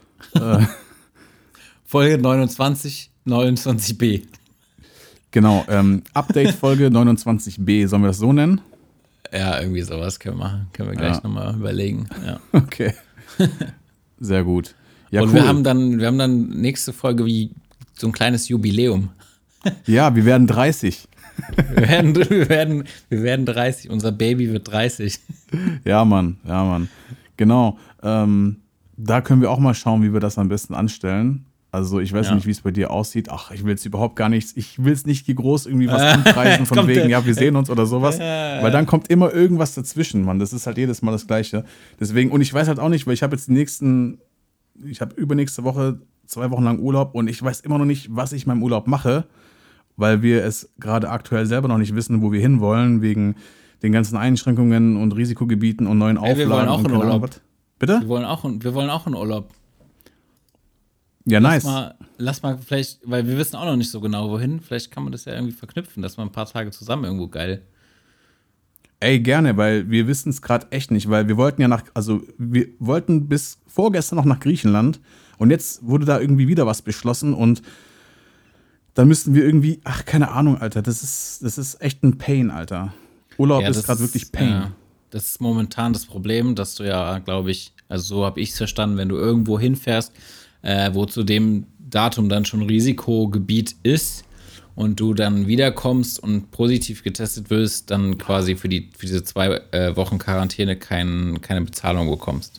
[SPEAKER 2] Folge 29b.
[SPEAKER 3] Genau, Update-Folge 29b. Sollen wir das so nennen?
[SPEAKER 2] Ja, irgendwie sowas können wir machen. Können wir gleich nochmal überlegen. Ja.
[SPEAKER 3] Okay. Sehr gut. Ja,
[SPEAKER 2] und
[SPEAKER 3] cool.
[SPEAKER 2] wir haben dann nächste Folge wie so ein kleines Jubiläum.
[SPEAKER 3] Ja, wir werden 30.
[SPEAKER 2] Wir werden 30. Unser Baby wird 30.
[SPEAKER 3] Ja, Mann. Genau. Da können wir auch mal schauen, wie wir das am besten anstellen. Also ich weiß nicht, wie es bei dir aussieht. Ach, ich will jetzt überhaupt gar nichts. Ich will es nicht groß irgendwie was anpreisen von wegen, wir sehen uns oder sowas. Weil dann kommt immer irgendwas dazwischen, Mann. Das ist halt jedes Mal das Gleiche. Deswegen, und ich weiß halt auch nicht, weil ich habe jetzt übernächste Woche 2 Wochen lang Urlaub und ich weiß immer noch nicht, was ich in meinem Urlaub mache, weil wir es gerade aktuell selber noch nicht wissen, wo wir hinwollen, wegen den ganzen Einschränkungen und Risikogebieten und neuen Auflagen. Wir wollen
[SPEAKER 2] auch
[SPEAKER 3] in
[SPEAKER 2] Urlaub.
[SPEAKER 3] Bitte?
[SPEAKER 2] Wir wollen auch in Urlaub.
[SPEAKER 3] Ja, nice.
[SPEAKER 2] Lass mal vielleicht, weil wir wissen auch noch nicht so genau, wohin. Vielleicht kann man das ja irgendwie verknüpfen, dass man ein paar Tage zusammen irgendwo geil.
[SPEAKER 3] Ey, gerne, weil wir wissen es gerade echt nicht, weil wir wollten bis vorgestern noch nach Griechenland und jetzt wurde da irgendwie wieder was beschlossen und dann müssten wir irgendwie, keine Ahnung, Alter, das ist echt ein Pain, Alter. Urlaub ist gerade wirklich Pain.
[SPEAKER 2] Ja, das ist momentan das Problem, dass du ja, glaube ich, also so habe ich es verstanden, wenn du irgendwo hinfährst, wo zu dem Datum dann schon Risikogebiet ist und du dann wiederkommst und positiv getestet wirst, dann quasi für diese 2 Wochen Quarantäne keine Bezahlung bekommst.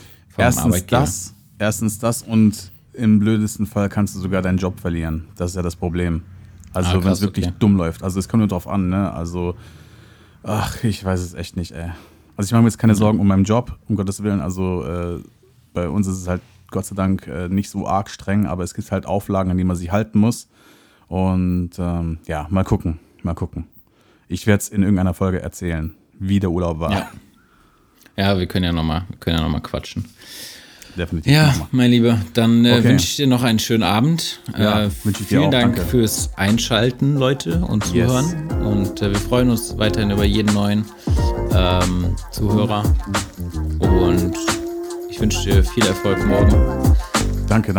[SPEAKER 3] Erstens das und im blödesten Fall kannst du sogar deinen Job verlieren. Das ist ja das Problem. Also wenn es wirklich dumm läuft. Also es kommt nur drauf an, ne? Also, ich weiß es echt nicht, ey. Also ich mache mir jetzt keine Sorgen um meinen Job, um Gottes Willen. Also bei uns ist es halt Gott sei Dank nicht so arg streng, aber es gibt halt Auflagen, an die man sich halten muss. Und mal gucken. Ich werde es in irgendeiner Folge erzählen, wie der Urlaub war.
[SPEAKER 2] Ja. Ja, wir können ja nochmal quatschen.
[SPEAKER 3] Definitiv.
[SPEAKER 2] Ja, mein Lieber, dann wünsche ich dir noch einen schönen Abend.
[SPEAKER 3] Ja, wünsche ich dir
[SPEAKER 2] vielen
[SPEAKER 3] auch.
[SPEAKER 2] Dank
[SPEAKER 3] Danke.
[SPEAKER 2] fürs Einschalten, Leute, und Zuhören.
[SPEAKER 3] Yes.
[SPEAKER 2] Und wir freuen uns weiterhin über jeden neuen Zuhörer. Und ich wünsche dir viel Erfolg morgen.
[SPEAKER 3] Danke.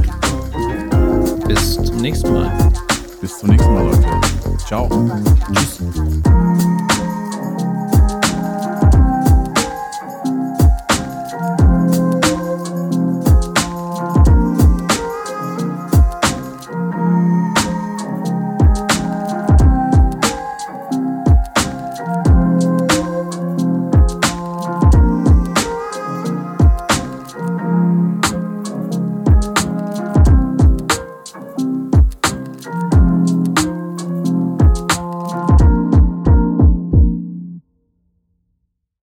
[SPEAKER 2] Bis zum nächsten Mal.
[SPEAKER 3] Bis zum nächsten Mal, Leute. Ciao.
[SPEAKER 2] Tschüss.